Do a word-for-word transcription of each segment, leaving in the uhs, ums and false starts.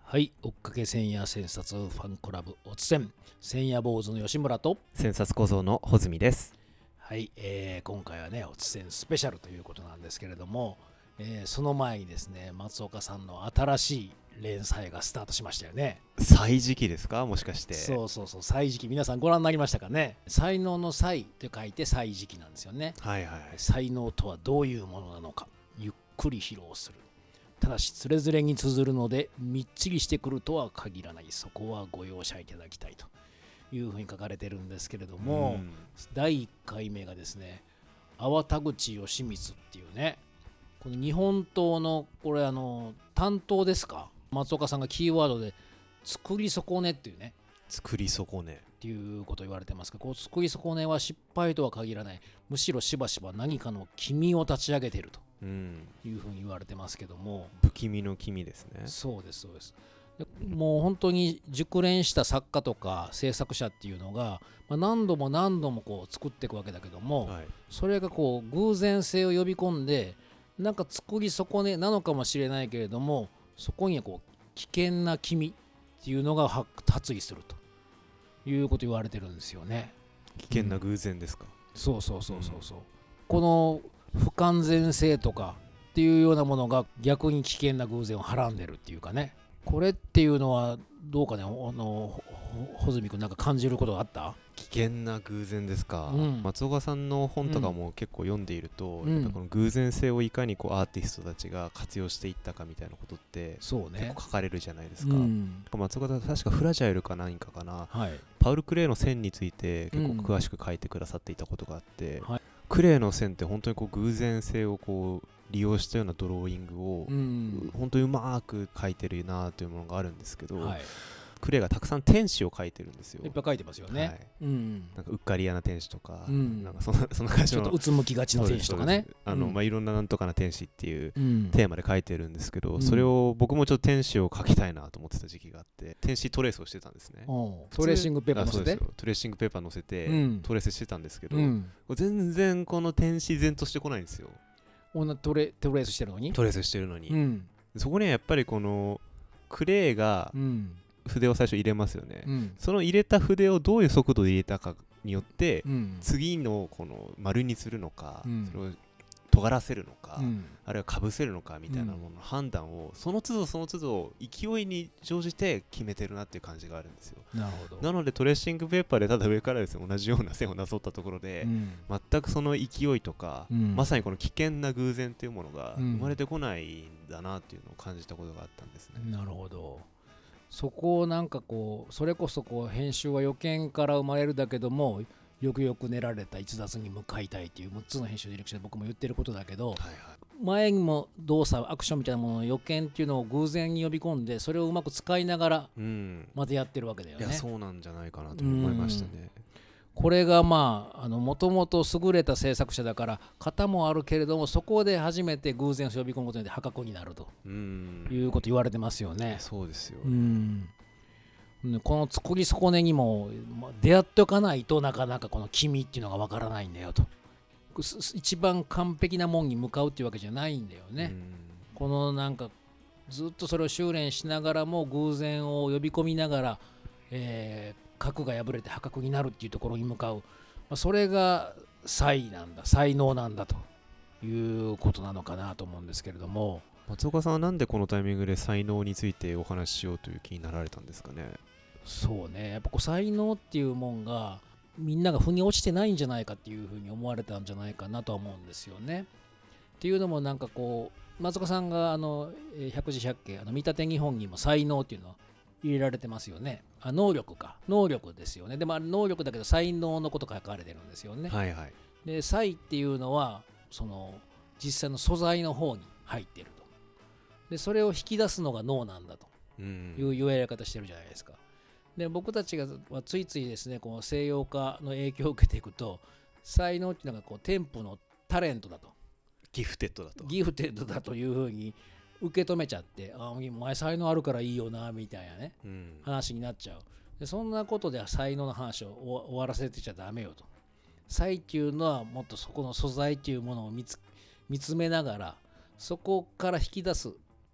はい、追っかけ千夜千冊ファンクラブおつせん千夜坊主の吉村と千冊小僧の穂積です。 はい、えー、今回はねおつせんスペシャルということなんですけれども、えー、その前にですね松岡さんの新しい連載がスタートしましたよね。 歳時記ですか、もしかして。 そうそうそう、歳時記、皆さんご覧になりましたかね。才能の才と書いて歳時記なんですよね。 はいはい。 才能とはどういうものなのかゆっくり披露する。ただしつれづれに綴るのでみっちりしてくるとは限らない。そこはご容赦いただきたいというふうに書かれてるんですけれども、うん、だいいっかいめがですね粟田口義満っていうね、この日本刀のこれあの担当ですか、松岡さんがキーワードで作り損ねっていうね、 作り損ねっていうことを言われてますけど、こう作り損ねは失敗とは限らない、むしろしばしば何かの機微を立ち上げているというふうに言われてますけども、 不気味の気味ですね。 そうですそうです。でもう本当に熟練した作家とか制作者っていうのが、まあ、何度も何度もこう作っていくわけだけども、はい、それがこう偶然性を呼び込んでなんか作り損ねなのかもしれないけれども、そこにはこう危険な機微っていうのが発議するということ言われてるんですよね。 危険な偶然ですか、 うん、そうそうそうそうそう、うん、この不完全性とかっていうようなものが逆に危険な偶然をはらんでるっていうかね、これっていうのはどうかね、あの穂積君なんか感じることがあった？ 危険な偶然ですか、うん、松岡さんの本とかも結構読んでいると、うん、やっぱこの偶然性をいかにこうアーティストたちが活用していったかみたいなことって結構書かれるじゃないですか、うん、松岡さん確かフラジャイルか何かかな、はい、パウル・クレイの線について結構詳しく書いてくださっていたことがあって、はい、クレイの線って本当にこう偶然性をこう利用したようなドローイングを本当にうまく描いてるなというものがあるんですけど、はい、クレイがたくさん天使を描いてるんですよ。 いっぱい描いてますよね、はい、うん、 なんかうっかり屋な天使とか、うん、なんかそんなそんな感じのちょっとうつむきがちな天使とかね、 あの、うん、まあ、いろんななんとかな天使っていうテーマで描いてるんですけど、うん、それを僕もちょっと天使を描きたいなと思ってた時期があって、天使トレースをしてたんですね。 トレーシングペーパー載せてトレーシングペーパー載せて、うん、トレースしてたんですけど、うん、全然この天使然としてこないんですよ。 トレ、トレースしてるのにトレースしてるのに、うん、そこにはやっぱりこのクレイが筆を最初入れますよね、うん、その入れた筆をどういう速度で入れたかによって、うん、次のこの丸にするのか、うん、それを尖らせるのか、うん、あるいはかぶせるのかみたいなものの判断を、その都度その都度勢いに乗じて決めてるなっていう感じがあるんですよ。 なるほど。 なのでトレーシングペーパーでただ上からですね同じような線をなぞったところで、うん、全くその勢いとか、うん、まさにこの危険な偶然というものが生まれてこないんだなっていうのを感じたことがあったんですね、 うん、なるほど。そこをなんかこうそれこそこう編集は予見から生まれるだけどもよくよく練られた逸脱に向かいたいというむっつの編集ディレクションで僕も言ってることだけど、はいはい、前にも動作アクションみたいなものの予見っていうのを偶然に呼び込んでそれをうまく使いながらまたやってるわけだよね、うん、 いやそうなんじゃないかなと思いましたね。 これがまあもともと優れた制作者だから型もあるけれどもそこで初めて偶然を呼び込むことによって破格になるということ言われてますよね。 そうですよ、 うんこの作り損ねにも出会っておかないとなかなかこの君っていうのがわからないんだよと、一番完璧なもんに向かうっていうわけじゃないんだよね。このなんかずっとそれを修練しながらも偶然を呼び込みながら、えー、核が破れて破格になるっていうところに向かう、まあ、それが才なんだ才能なんだということなのかなと思うんですけれども、 松岡さんはなんでこのタイミングで才能についてお話ししようという気になられたんですかね。 そうね、やっぱこう才能っていうもんがみんなが腑に落ちてないんじゃないかっていうふうに思われたんじゃないかなとは思うんですよね。っていうのもなんかこう松岡さんがあの百字百景あの見立て日本にも才能っていうのは入れられてますよね。あ能力か能力ですよね。でもあれ能力だけど才能のことが書かれてるんですよね。 はいはい、 で才っていうのはその実際の素材の方に入っていると。でそれを引き出すのが脳なんだという言われ方してるじゃないですか。で僕たちがついついですねこう西洋化の影響を受けていくと才能っていうのがこう天賦のタレントだとギフテッドだとギフテッドだというふうに受け止めちゃって、あお前才能あるからいいよなみたいなね、うん、話になっちゃう。でそんなことでは才能の話を終わらせてちゃダメよと。才っていうのはもっとそこの素材っていうものを見つ、見つめながらそこから引き出す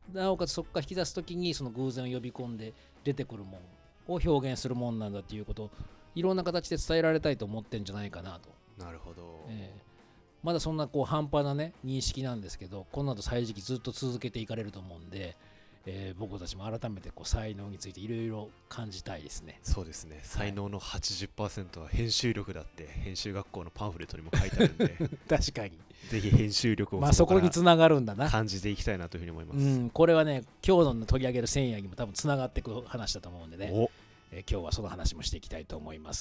なおかつそこから引き出すときにその偶然を呼び込んで出てくるものを表現するもんなんだっていうことをいろんな形で伝えられたいと思ってんじゃないかなと。 なるほど、 えー、まだそんなこう半端なね認識なんですけど、この後歳時記ずっと続けていかれると思うんで、えー、僕たちも改めてこう才能についていろいろ感じたいですね。 そうですね、才能の はちじゅっパーセント は編集力だって編集学校のパンフレットにも書いてあるんで確かにぜひ編集力をまあそこにつながるんだな、 感じていきたいなというふうに思います、 うん、これはね今日の取り上げる千夜にも多分つながっていく話だと思うんでね、お、えー、今日はその話もしていきたいと思います。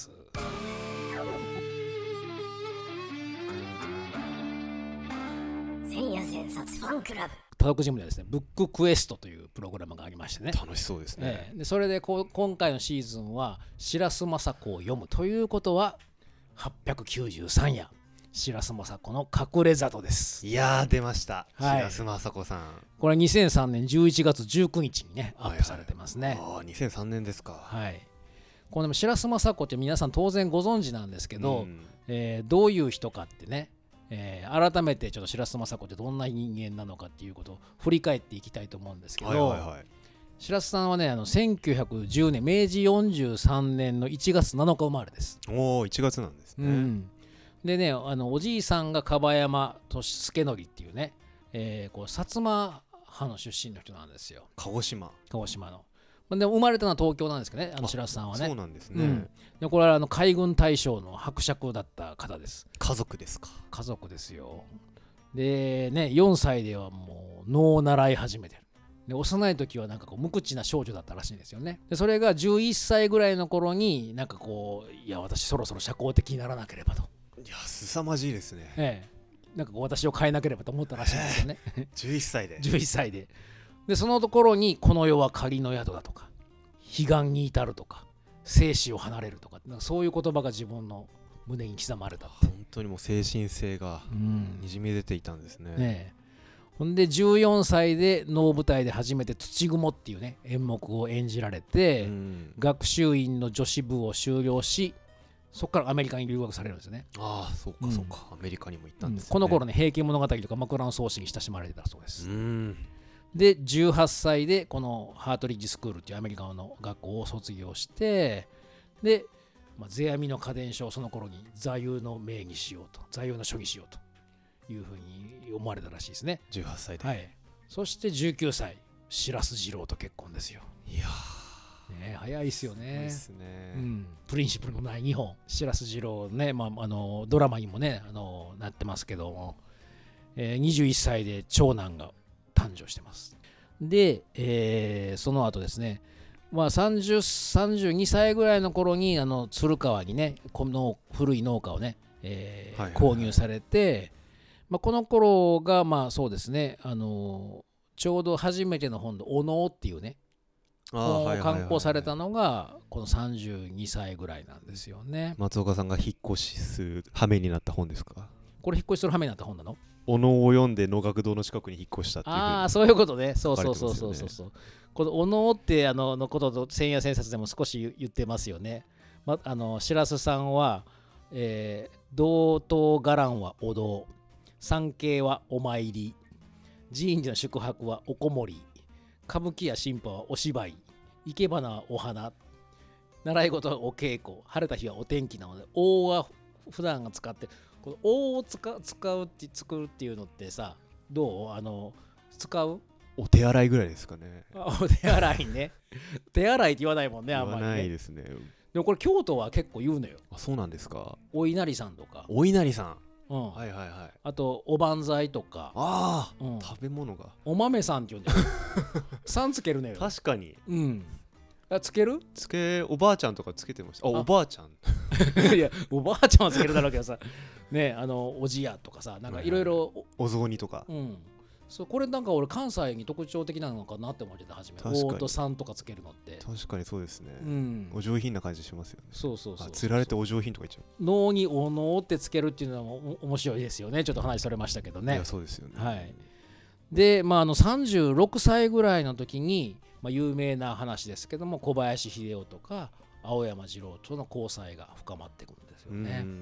千夜千冊ファンクラブ多読ジムではですね、ブッククエストというプログラムがありましてね、 楽しそうですね、 えー、でそれでこう今回のシーズンは白洲雅子を読むということははっぴゃくきゅうじゅうさんや白洲雅子の隠れ里です。 いやー出ました、はい、白洲雅子さん、 これにせんさんねんじゅういちがつじゅうくにちにねアップされてますね、 はいはい、ああにせんさんねんですか。 はい、このでも白洲雅子って皆さん当然ご存知なんですけど、うん、えー、どういう人かってね、えー、改めてちょっと白洲雅子ってどんな人間なのかっていうことを振り返っていきたいと思うんですけど、はいはいはい、白洲さんはねあのせんきゅうひゃくじゅうねんめいじよんじゅうさんねんのいちがつなのか生まれです。 おーいちがつなんですね、うん、 でねあのおじいさんが樺山俊助則っていうね、えー、こう薩摩派の出身の人なんですよ。 鹿児島鹿児島のでも生まれたのは東京なんですけどね、あの白洲さんはね。 そうなんですね、うん、 でこれはあの海軍大将の伯爵だった方です。 家族ですか。 家族ですよ。でねよんさいではもう能を習い始めてる。で幼い時はなんかこう無口な少女だったらしいんですよね。でそれがじゅういっさいぐらいの頃になんかこういや私そろそろ社交的にならなければと。 いや凄まじいですね、 ええ、なんかこう私を変えなければと思ったらしいんですよねじゅういっさいでじゅういっさいででそのところにこの世は仮の宿だとか彼岸に至るとか生死を離れるとか、なんかそういう言葉が自分の胸に刻まれたって。 本当にもう精神性がにじみ出ていたんですね、うん、ねえほんでじゅうよんさいで能舞台で初めて土雲っていうね演目を演じられて、うん、学習院の女子部を修了しそこからアメリカに留学されるんですよね。 ああそうかそうか、うん、アメリカにも行ったんですね、 うん、この頃ね平家物語とか枕草子に親しまれてたそうです。うんでじゅうはっさいでこのハートリッジスクールっていうアメリカの学校を卒業してで、まあ、世阿弥の家伝書をその頃に座右の銘にしようと座右の書にしようというふうに思われたらしいですね。 じゅうはっさいで、 はい、そしてじゅうきゅうさい白洲次郎と結婚ですよ。 いやね、早いですよね。 そうですね、 うん、プリンシプルのないにほん白洲次郎ね、まあ、あのドラマにもねあのなってますけども、えー、にじゅういっさいで長男が誕生してます。で、えー、その後ですね、まあ、さんじゅう、さんじゅうにさいぐらいの頃にあの鶴川にねこの古い農家をね、えーはいはいはい、購入されて、まあ、この頃がまあそうですねあのちょうど初めての本のお能っていうね刊行されたのがこのさんじゅうにさいぐらいなんですよね。 松岡さんが引っ越しする羽目になった本ですか。 これ引っ越しする羽目になった本なの。 お能を読んで能楽堂の近くに引っ越したっていう。 ああそういうことね。そうそうそうそうそうそう。このお能ってあののことと千夜千冊でも少し言ってますよね。ま、あの白洲さんは、えー、道東伽藍はお堂、参詣はお参り、寺院での宿泊はおこもり、歌舞伎や新派はお芝居、生け花はお花、習い事はお稽古、晴れた日はお天気なので、大は普段が使ってこの大を使う、使うって作るっていうのってさ、どうあの使う？ お手洗いぐらいですかね。 お手洗いね。手洗いって言わないもんね、あんまり、ね。 言わないですね。 でもこれ京都は結構言うのよ。 あ、そうなんですか。 お稲荷さんとか。 お稲荷さん。 うん、 はいはいはい。 あとおばんざいとか。 ああ、うん、食べ物が。 お豆さんって言うんだよ。さんつけるのよ。 確かに。 うん。あつける？ つけおばあちゃんとかつけてました。あ、おばあちゃん。いやおばあちゃんはつけるだろうけどさ、ねあのおじやとかさ、なんかいろいろお雑煮とか。 うん。そうこれなんか俺関西に特徴的なのかなって思ってた初め。大とさんとかつけるのって。 確かにそうですね。 うん、 お上品な感じしますよね。 そうそうそう。 釣られてお上品とか言っちゃう。 脳にお能ってつけるっていうのも面白いですよね。ちょっと話それましたけどね。 いやそうですよね。 はい。で、まあ、あのさんじゅうろくさいぐらいの時に、まあ、有名な話ですけども小林秀夫とか青山次郎との交際が深まっていくんですよね。うん、うん、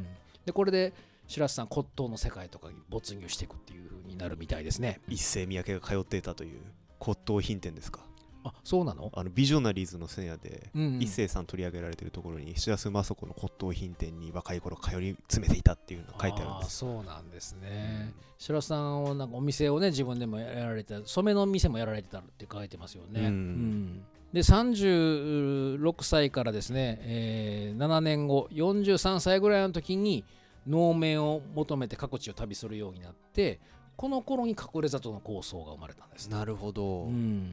でこれで白洲さん骨董の世界とかに没入していくっていう風になるみたいですね。 一世三宅が通っていたという骨董品店ですか。 あ、そうなの。 あのビジョナリーズのセンヤで、 うんうん、 一生さん取り上げられてるところに白洲正子の骨董品店に若い頃通い詰めていたっていうのが書いてあるんです。 あ、そうなんですね、うん、白洲さんをなんかお店をね自分でもやられてた、染めの店もやられてたって書いてますよね、うんうん、でさんじゅうろくさいからですね、えー、ななねんごよんじゅうさんさいぐらいの時に能面を求めて各地を旅するようになって、この頃に隠れ里の構想が生まれたんです。 なるほど、うん、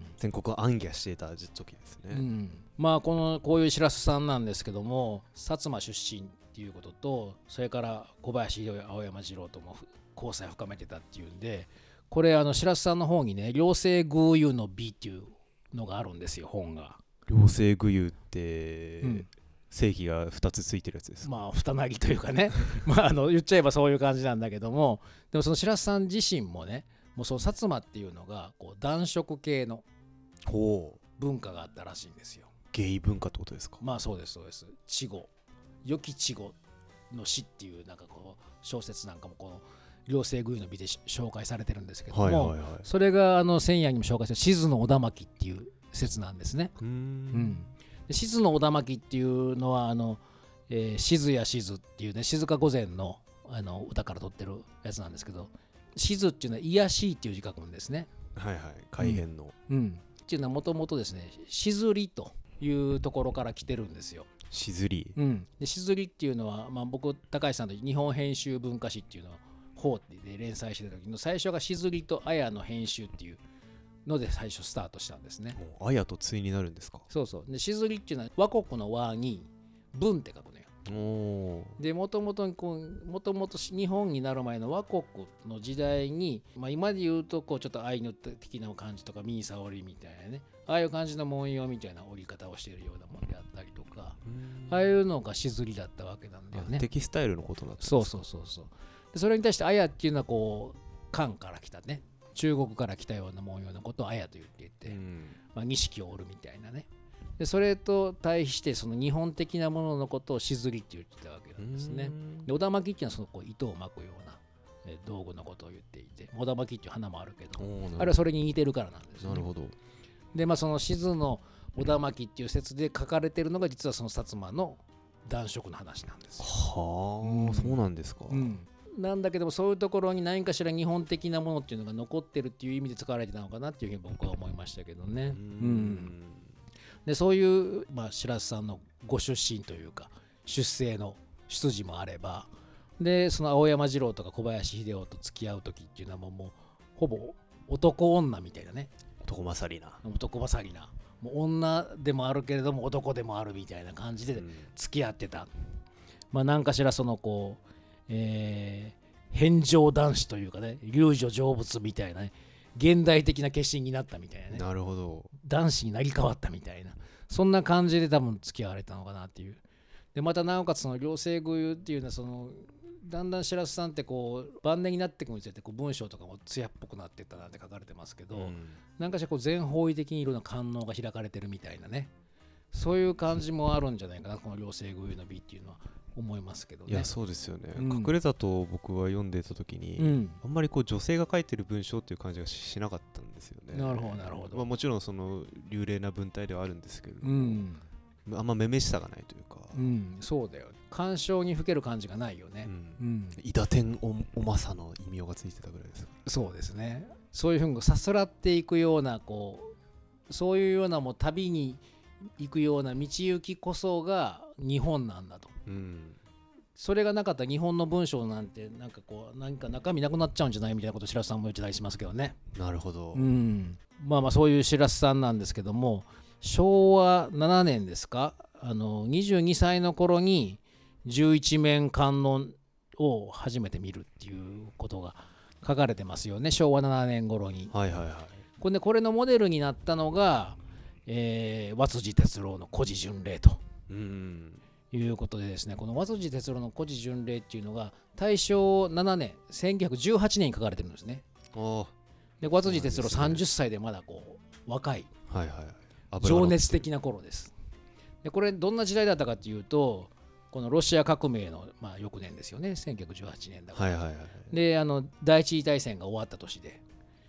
全国を暗記していた時ですね、 うん、まあこのこういう白洲さんなんですけども、薩摩出身っていうことと、それから小林秀夫、青山次郎とも交際を深めてたっていうんで、これあの白洲さんの方にね、両性偶有の美っていうのがあるんですよ、本が。 両性偶有って、うん、正義がふたつついてるやつですか。 まあ二なぎというかねまああの言っちゃえばそういう感じなんだけども、でもその白洲さん自身もね、もうその薩摩っていうのがこう男色系の文化があったらしいんですよ。 ゲイ文化ってことですか。 まあそうですそうです。稚語、良き稚語の詩っていうなんかこう小説なんかもこの両性偶有の美で紹介されてるんですけども、はいはいはい、それがあの千夜にも紹介してる静の小田巻っていう説なんですね。うーん、うん静の小田巻っていうのはあの、えー、静や静っていうね、静か御前 の, あの歌から取ってるやつなんですけど、静っていうのは癒しいっていう字書くんですね。 はいはい、改変の、 うんうん、っていうのはもともとですね、静りというところから来てるんですよ。 静り、 うん、で静りっていうのは、まあ、僕高橋さんと日本編集文化史っていうのを法で連載してた時の最初が静りと綾の編集っていうので最初スタートしたんですね。 もう綾と対になるんですか。 そうそう。で静りっていうのは倭国の和に文って書くのよ。おでもともともともと日本になる前の倭国の時代に、まあ、今で言うとこうちょっとアイヌ的な感じとかミーサ織りみたいなね、ああいう感じの文様みたいな織り方をしているようなものであったりとか、ああいうのが静りだったわけなんだよね。 テキスタイルのことだったんですか。 そうそうそうそう。でそれに対して綾っていうのはこう漢から来たね、中国から来たような文様のことを綾と言っていて、うんまあ、錦を織るみたいなね。でそれと対してその日本的なもののことを静りって言ってたわけなんですね。で小田巻っていうのはそのこう糸を巻くような道具のことを言っていて、小田巻っていう花もあるけど、あれはそれに似てるからなんですね。 なるほど。 でまあその静の小田巻っていう説で書かれているのが実はその薩摩の男色の話なんですよ。 はあ、うん、そうなんですか。 うんなんだけども、そういうところに何かしら日本的なものっていうのが残ってるっていう意味で使われてたのかなっていうふうに僕は思いましたけどね。うんうんでそういう、まあ、白洲さんのご出身というか出生の出自もあれば、でその青山次郎とか小林秀夫と付き合う時っていうのはもう、もうほぼ男女みたいなね、 男勝りな男勝りな、もう女でもあるけれども男でもあるみたいな感じで付き合ってた、うん、まあ何かしらそのこうえー、変情男子というかね、流女成仏みたいなね、現代的な化身になったみたいなね。 なるほど。 男子になり変わったみたいな、そんな感じで多分付き合われたのかなっていう。でまたなおかつその両性偶有っていうのはそのだんだん白洲さんってこう晩年になっていくにつれてこう文章とかも艶っぽくなっていったなんて書かれてますけど、うん、なんかしらこう全方位的にいろんな官能が開かれてるみたいなね、そういう感じもあるんじゃないかな、この両性偶有の美っていうのは。思いますけどね。 いやそうですよね、うん、隠れ里を僕は読んでた時に、うん、あんまりこう女性が書いてる文章っていう感じがしなかったんですよね。 なるほどなるほど、 まあ、もちろんその流麗な文体ではあるんですけれども、うん、あんまめめしさがないというか、 うん、そうだよ、鑑賞にふける感じがないよね。 伊達天おおまさの異名がついてたぐらいですか。 そうですね、そういうふうにさすらっていくようなこうそういうようなもう旅に行くような道行きこそが日本なんだと、うん、それがなかったら日本の文章なんてなんかこう何か中身なくなっちゃうんじゃないみたいなことを白洲さんも言ってたりしますけどね。 なるほど、 うん、まあまあそういう白洲さんなんですけども、しょうわななねんですか、あのにじゅうにさいの頃に十一面観音を初めて見るっていうことが書かれてますよね、しょうわななねん頃に。 はいはいはい。 これでこれのモデルになったのが、えー、和辻哲郎の古事巡礼ということでですね、この和辻哲郎の古事巡礼っていうのが大正ななねんせんきゅうひゃくじゅうはちねんに書かれてるんですね。で和辻哲郎さんじゅっさいでまだこう若い、はいはい、情熱的な頃です。でこれどんな時代だったかっていうと、このロシア革命の、まあ、翌年ですよね、せんきゅうひゃくじゅうはちねんだから、はいはいはい、であの第一次大戦が終わった年で、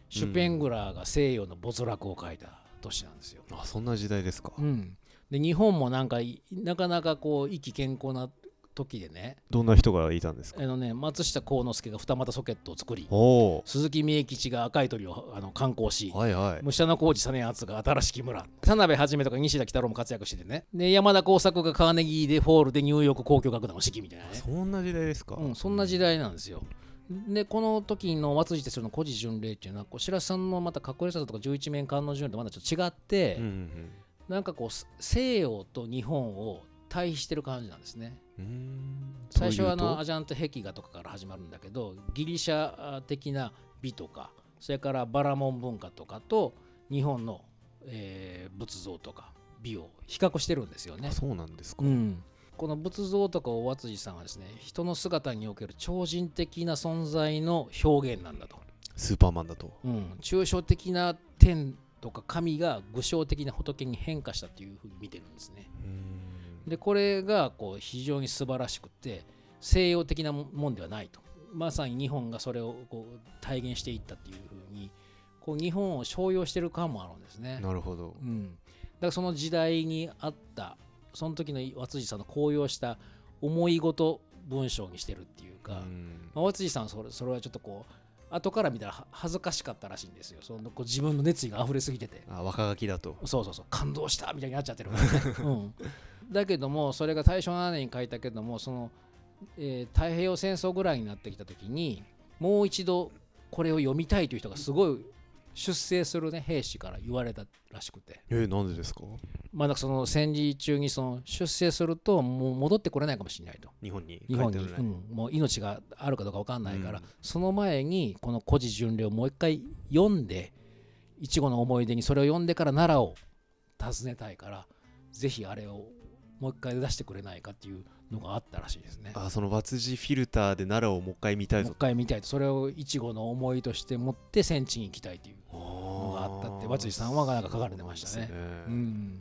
シュペングラーが西洋の没落を書いた年なんですよ。 あ、そんな時代ですか。 うん、で日本もなんかなかなかこう意気健康な時でね。 どんな人がいたんですか。 あの、ね、松下幸之助が二股ソケットを作り、鈴木三重吉が赤い鳥をあの刊行し、 はいはい、 武者小路実篤が新しき村、田辺はじめとか西田喜太郎も活躍しててね。で山田耕作がカーネギーでホールでニューヨーク交響楽団を指揮みたいなね。 そんな時代ですか。 うん、そんな時代なんですよ。でこの時の松治哲郎の古事巡礼っていうのはこう白洲さんのまた隠れ里とか十一面観音巡礼とまたちょっと違って、うんうんうん、なんかこう西洋と日本を対比してる感じなんですね。うーん、最初はあのアジャント壁画とかから始まるんだけど、ギリシャ的な美とかそれからバラモン文化とかと日本の、えー、仏像とか美を比較してるんですよね。 あ、そうなんですか。 うん、この仏像とかを和辻さんはですね、人の姿における超人的な存在の表現なんだと。 スーパーマンだと、 うん、抽象的な天とか神が具象的な仏に変化したというふうに見てるんですね。うーん、でこれがこう非常に素晴らしくて西洋的なもんではないと。まさに日本がそれをこう体現していったっていうふうにこう日本を商用してる感もあるんですね。 なるほど、 うん、だからその時代にあったその時の和辻さんの高揚した思いごと文章にしてるっていうか、うんまあ、和辻さんそれ、それはちょっとこう後から見たら恥ずかしかったらしいんですよ。そのこう自分の熱意が溢れすぎてて、 あ、若書きだと、 そうそうそう、感動したみたいになっちゃってるから、ねうん、だけどもそれが大正ななねんに書いたけどもその、えー、太平洋戦争ぐらいになってきた時にもう一度これを読みたいという人がすごい出征する、ね、兵士から言われたらしくて。 えー、なんでですか。 まあ、なんかその戦時中にその出征するともう戻ってこれないかもしれないと。 日本に日本に、うん、もう命があるかどうか分かんないから、うん、その前にこの古事巡礼をもう一回読んで一期の思い出にそれを読んでから奈良を訪ねたいからぜひあれをもう一回出してくれないかっていうのがあったらしいですね。 あ、その和辻フィルターで奈良をもう一回見たいぞ。 もう一回見たいと。それを一期の思いとして持って戦地に行きたいというのがあったって和辻さんはなんか書かれてましたね。うん、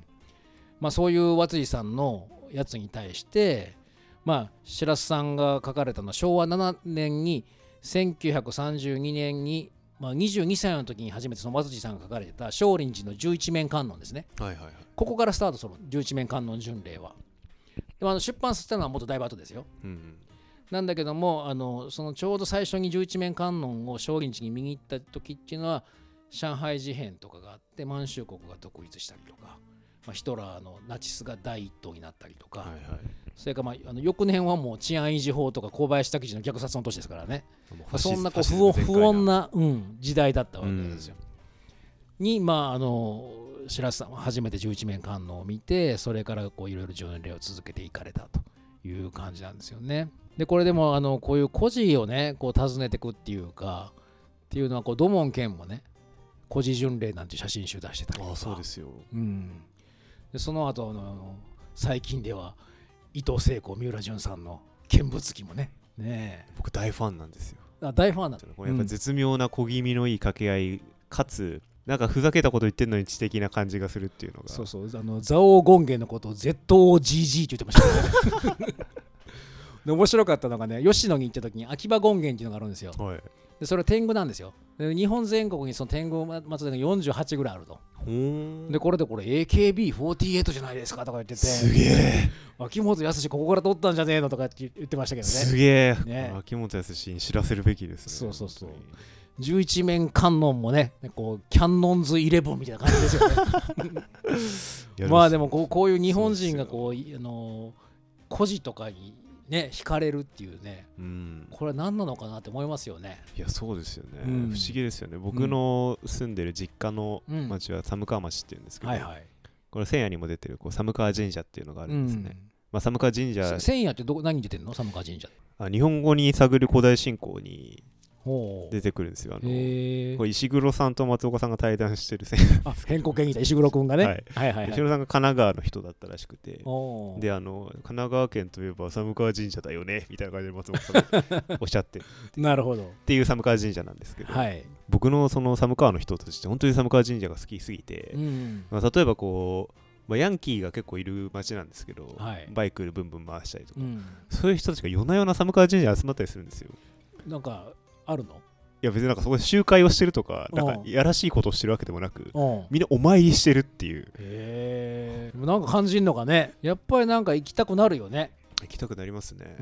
まあ、そういう和辻さんのやつに対して、まあ、白洲さんが書かれたのはしょうわななねんにせんきゅうひゃくさんじゅうにねんに、まあ、にじゅうにさいの時に初めてその和辻さんが書かれてた少林寺の十一面観音ですね、はいはいはい、ここからスタートする十一面観音巡礼は。でもあの出版させたのはもっとだいぶ後ですよ、うんうん、なんだけどもあのそのちょうど最初に十一面観音を少林寺に見に行った時っていうのは上海事変とかがあって満州国が独立したりとか、まあ、ヒトラーのナチスが第一党になったりとか、はいはい、それからまああの翌年はもう治安維持法とか小林武史の虐殺の年ですからね、まあ、そんなこう不穏、不穏な、うん、時代だったわけですよ、うん、にまああの白洲さんは初めて十一面観音を見てそれからこういろいろ巡礼を続けていかれたという感じなんですよね。でこれでもあのこういう故事をねこう訪ねていくっていうかっていうのはこう土門健もね故事巡礼なんて写真集出してたりとか。 ああそうですよ、 うん、でその後の最近では伊藤聖子三浦淳さんの見物記も ね, ね僕大ファンなんですよ。 あ大ファンなんだ。 これやっぱ絶妙な小気味のいい掛け合いかつなんかふざけたこと言ってんのに知的な感じがするっていうのが。 そうそう、あの蔵王権現のことを ゼットオージージー って言ってましたねで面白かったのがね吉野に行った時に秋葉権現っていうのがあるんですよ、はい、でそれは天狗なんですよ。で日本全国にその天狗祭りがよんじゅうはちぐらいあると。でこれでこれ エーケービーフォーティーエイト じゃないですかとか言っててすげえ秋元康ここから取ったんじゃねえのとかって言ってましたけどね。 すげえ、ね、秋元康に知らせるべきですね。 そうそうそう。十一面観音もねこうキャンノンズイレブンみたいな感じですよねまあでもこう、こういう日本人がこうあの故事とかにね惹かれるっていうね、うん、これは何なのかなって思いますよね。 いやそうですよね、うん、不思議ですよね。僕の住んでる実家の町は寒川町っていうんですけど、うんはいはい、これ千夜にも出てるこう寒川神社っていうのがあるんですね、うんまあ、寒川神社千夜ってど何に出てるの？寒川神社あ日本語に探る古代信仰に出てくるんですよ。あのこれ石黒さんと松岡さんが対談してる線あ変更権にいた石黒くんがね、はい、はいはいはい石黒さんが神奈川の人だったらしくてであの神奈川県といえば寒川神社だよねみたいな感じで松岡さんがおっしゃってなるほどっていう寒川神社なんですけど、はい、僕のその寒川の人たちって本当に寒川神社が好きすぎて、うんまあ、例えばこうまあ、ヤンキーが結構いる街なんですけど、はい、バイクでブンブン回したりとか、うん、そういう人たちが夜な夜な寒川神社に集まったりするんですよ。 なんかあるの？ いや別になんかそこで集会をしてるとかなんかやらしいことをしてるわけでもなく、みんなお参りしてるっていう。 へえ。なんか感じんのかね。やっぱりなんか行きたくなるよね。 行きたくなりますね。 うん。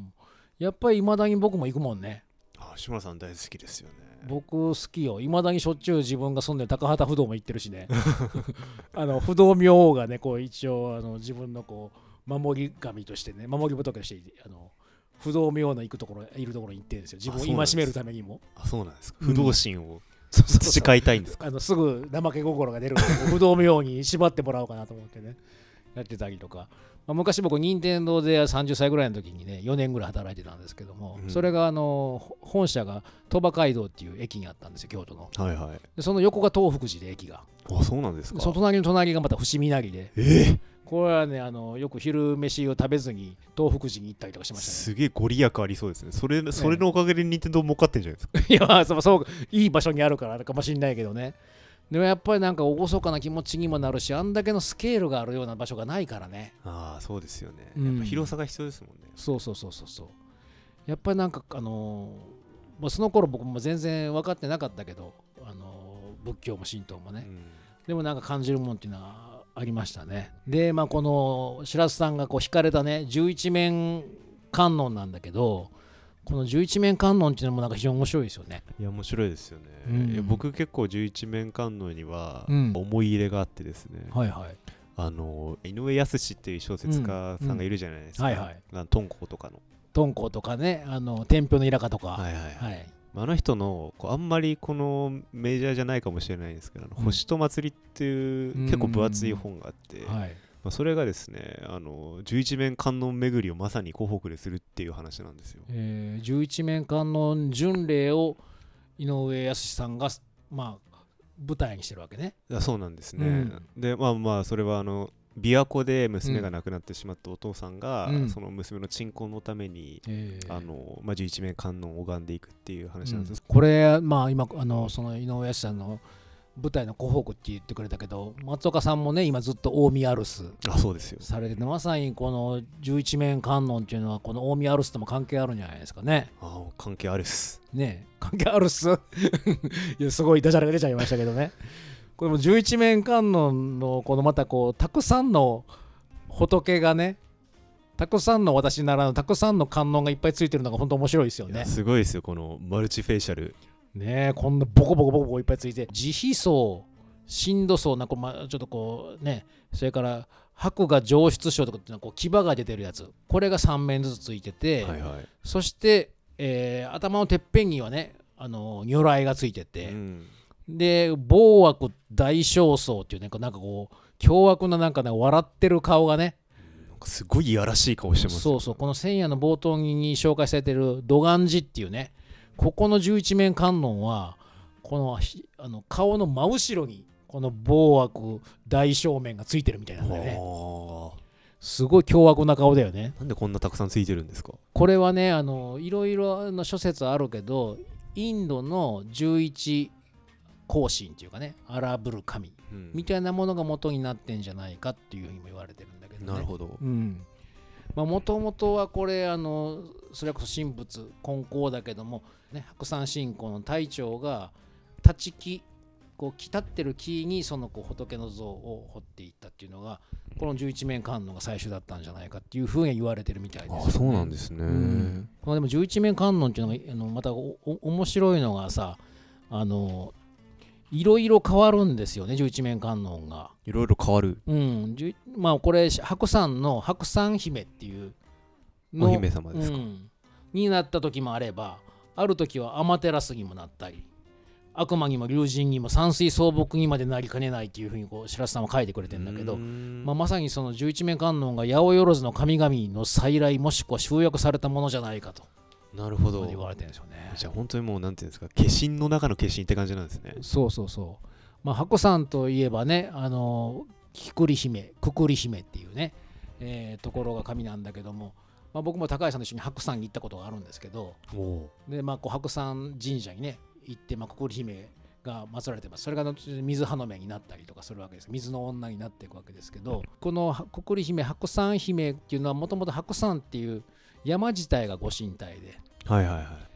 やっぱり未だに僕も行くもんね。 あ、志村さん大好きですよね。 僕好きよ。未だにしょっちゅう自分が住んでる高畑不動も行ってるしね。あの不動明王がね、こう一応あの自分のこう守り神としてね、守り仏としてあの不動明王の行くところいるところに行ってるんですよ。自分を戒めるためにも。 あ、そうなんですか。不動心を培いたいんですか。 あのすぐ怠け心が出るので不動明王に縛ってもらおうかなと思ってね、やってたりとか。まあ、昔僕任天堂でさんじゅっさいぐらいの時にねよねんぐらい働いてたんですけども、うん、それがあの本社が鳥羽街道っていう駅にあったんですよ、京都の。 はいはい。 でその横が東福寺で駅が。 あ、そうなんですか。 その隣の隣がまた伏見稲荷で。 えー、 これはねあのよく昼飯を食べずに東福寺に行ったりとかしましたね。 すげえご利益ありそうですね。それそれのおかげで任天堂儲かってんじゃないですか。 いやまあそうそういい場所にあるからかもしれないけどね。でもやっぱりなんか厳かな気持ちにもなるし、あんだけのスケールがあるような場所がないからね。 ああ、そうですよね。 うん、 やっぱ広さが必要ですもんね。 そうそうそうそうそう。やっぱりなんかあのーまあ、その頃僕も全然分かってなかったけど、あのー、仏教も神道もね、うん、でもなんか感じるもんっていうのはありましたね。でまあこの白洲さんがこう惹かれたね十一面観音なんだけど、この十一面観音っていうのもなんか非常に面白いですよね。 いや面白いですよね、うん、いや僕結構十一面観音には思い入れがあってですね、 うん、はいはい、 あの井上靖っていう小説家さんがいるじゃないですか、 うんうん、はいはい、 敦煌とかの敦煌とかね、あの天平のイラカとか、 はいはいはい、はい、あの人のこうあんまりこのメジャーじゃないかもしれないんですけど、うん、星と祭りっていう結構分厚い本があって、はい、まあ、それがですねあの十一面観音巡りをまさに湖北でするっていう話なんですよ。 えー、十一面観音巡礼を井上靖さんが、まあ、舞台にしてるわけね。 そうなんですね、うん、でまあまあそれはあの琵琶湖で娘が亡くなってしまったお父さんが、うん、その娘の鎮魂のために、えーあのまあ、十一面観音を拝んでいくっていう話なんです、 うん、これ、まあ、今あのその井上靖さんの舞台の湖北って言ってくれたけど、松岡さんもね今ずっと近江アルスされてて、まさにこの十一面観音っていうのはこの近江アルスとも関係あるんじゃないですかね。 ああ、関係あるっすね。関係あるっすいやすごいダジャレが出ちゃいましたけどね。これも十一面観音のこのまたこうたくさんの仏がね、たくさんの私ならぬたくさんの観音がいっぱいついてるのが本当面白いですよね。 すごいですよこのマルチフェイシャルねえ、こんなボコボコボコボコいっぱいついて、慈悲層、深度層、なんかまあちょっとこうね、それから白が上出症とかっていうのはこう牙が出てるやつ、これがさん面ずつついてて、はいはい、そして、えー、頭のてっぺんにはね、あの如来がついてて、うん、で暴悪大小層っていうね、なんかこう凶悪ななんかね笑ってる顔がね。 すごいいやらしい顔してます、ね、 そうそう、この千夜の冒頭に紹介されてる土願寺っていうね、ここの十一面観音はこのあの顔の真後ろにこの暴悪大正面がついてるみたいなんだよね。すごい凶悪な顔だよね。 なんでこんなたくさんついてるんですか。 これはね、あのいろいろな諸説あるけど、インドの十一光神っていうかね、荒ぶる神みたいなものが元になってんじゃないかっていうふうにも言われてるんだけどね。 なるほど。 うん。まあもともとはこれあのそれこそ神仏金光だけども、ね、白山信仰の隊長が立ち木こう木立ってる木にそのこう仏の像を彫っていったっていうのがこの十一面観音が最初だったんじゃないかっていうふうに言われてるみたいです、ね。 あ、そうなんですね。うん、 このでも十一面観音っていうのがあのまたおお面白いのがさ、あのいろいろ変わるんですよね、十一面観音が。 いろいろ変わる。 うん、まあこれ白山の白山姫っていうのお姫様ですか、 うん、になった時もあれば、ある時はアマテラスにもなったり、悪魔にも竜神にも山水草木にまでなりかねないっていうふうにこう白洲さんは書いてくれてるんだけど、まあ、まさにその十一面観音が八百万の神々の再来もしくは集約されたものじゃないかと。 なるほど。 言われてるんですよね。 じゃあ本当にもうなんていうんですか、化身の中の化身って感じなんですね。 そうそうそう。まあ白山といえばね、あのくくり姫、くくり姫っていうね、えー、ところが神なんだけども、まあ、僕も高橋さんと一緒に白山に行ったことがあるんですけど、でまあこう白山神社にね行って、まあ、くくり姫が祀られてます。それが水花女になったりとかするわけです。水の女になっていくわけですけど、このくくり姫、白山姫っていうのはもともと白山っていう山自体がご神体で、 はいはいはい、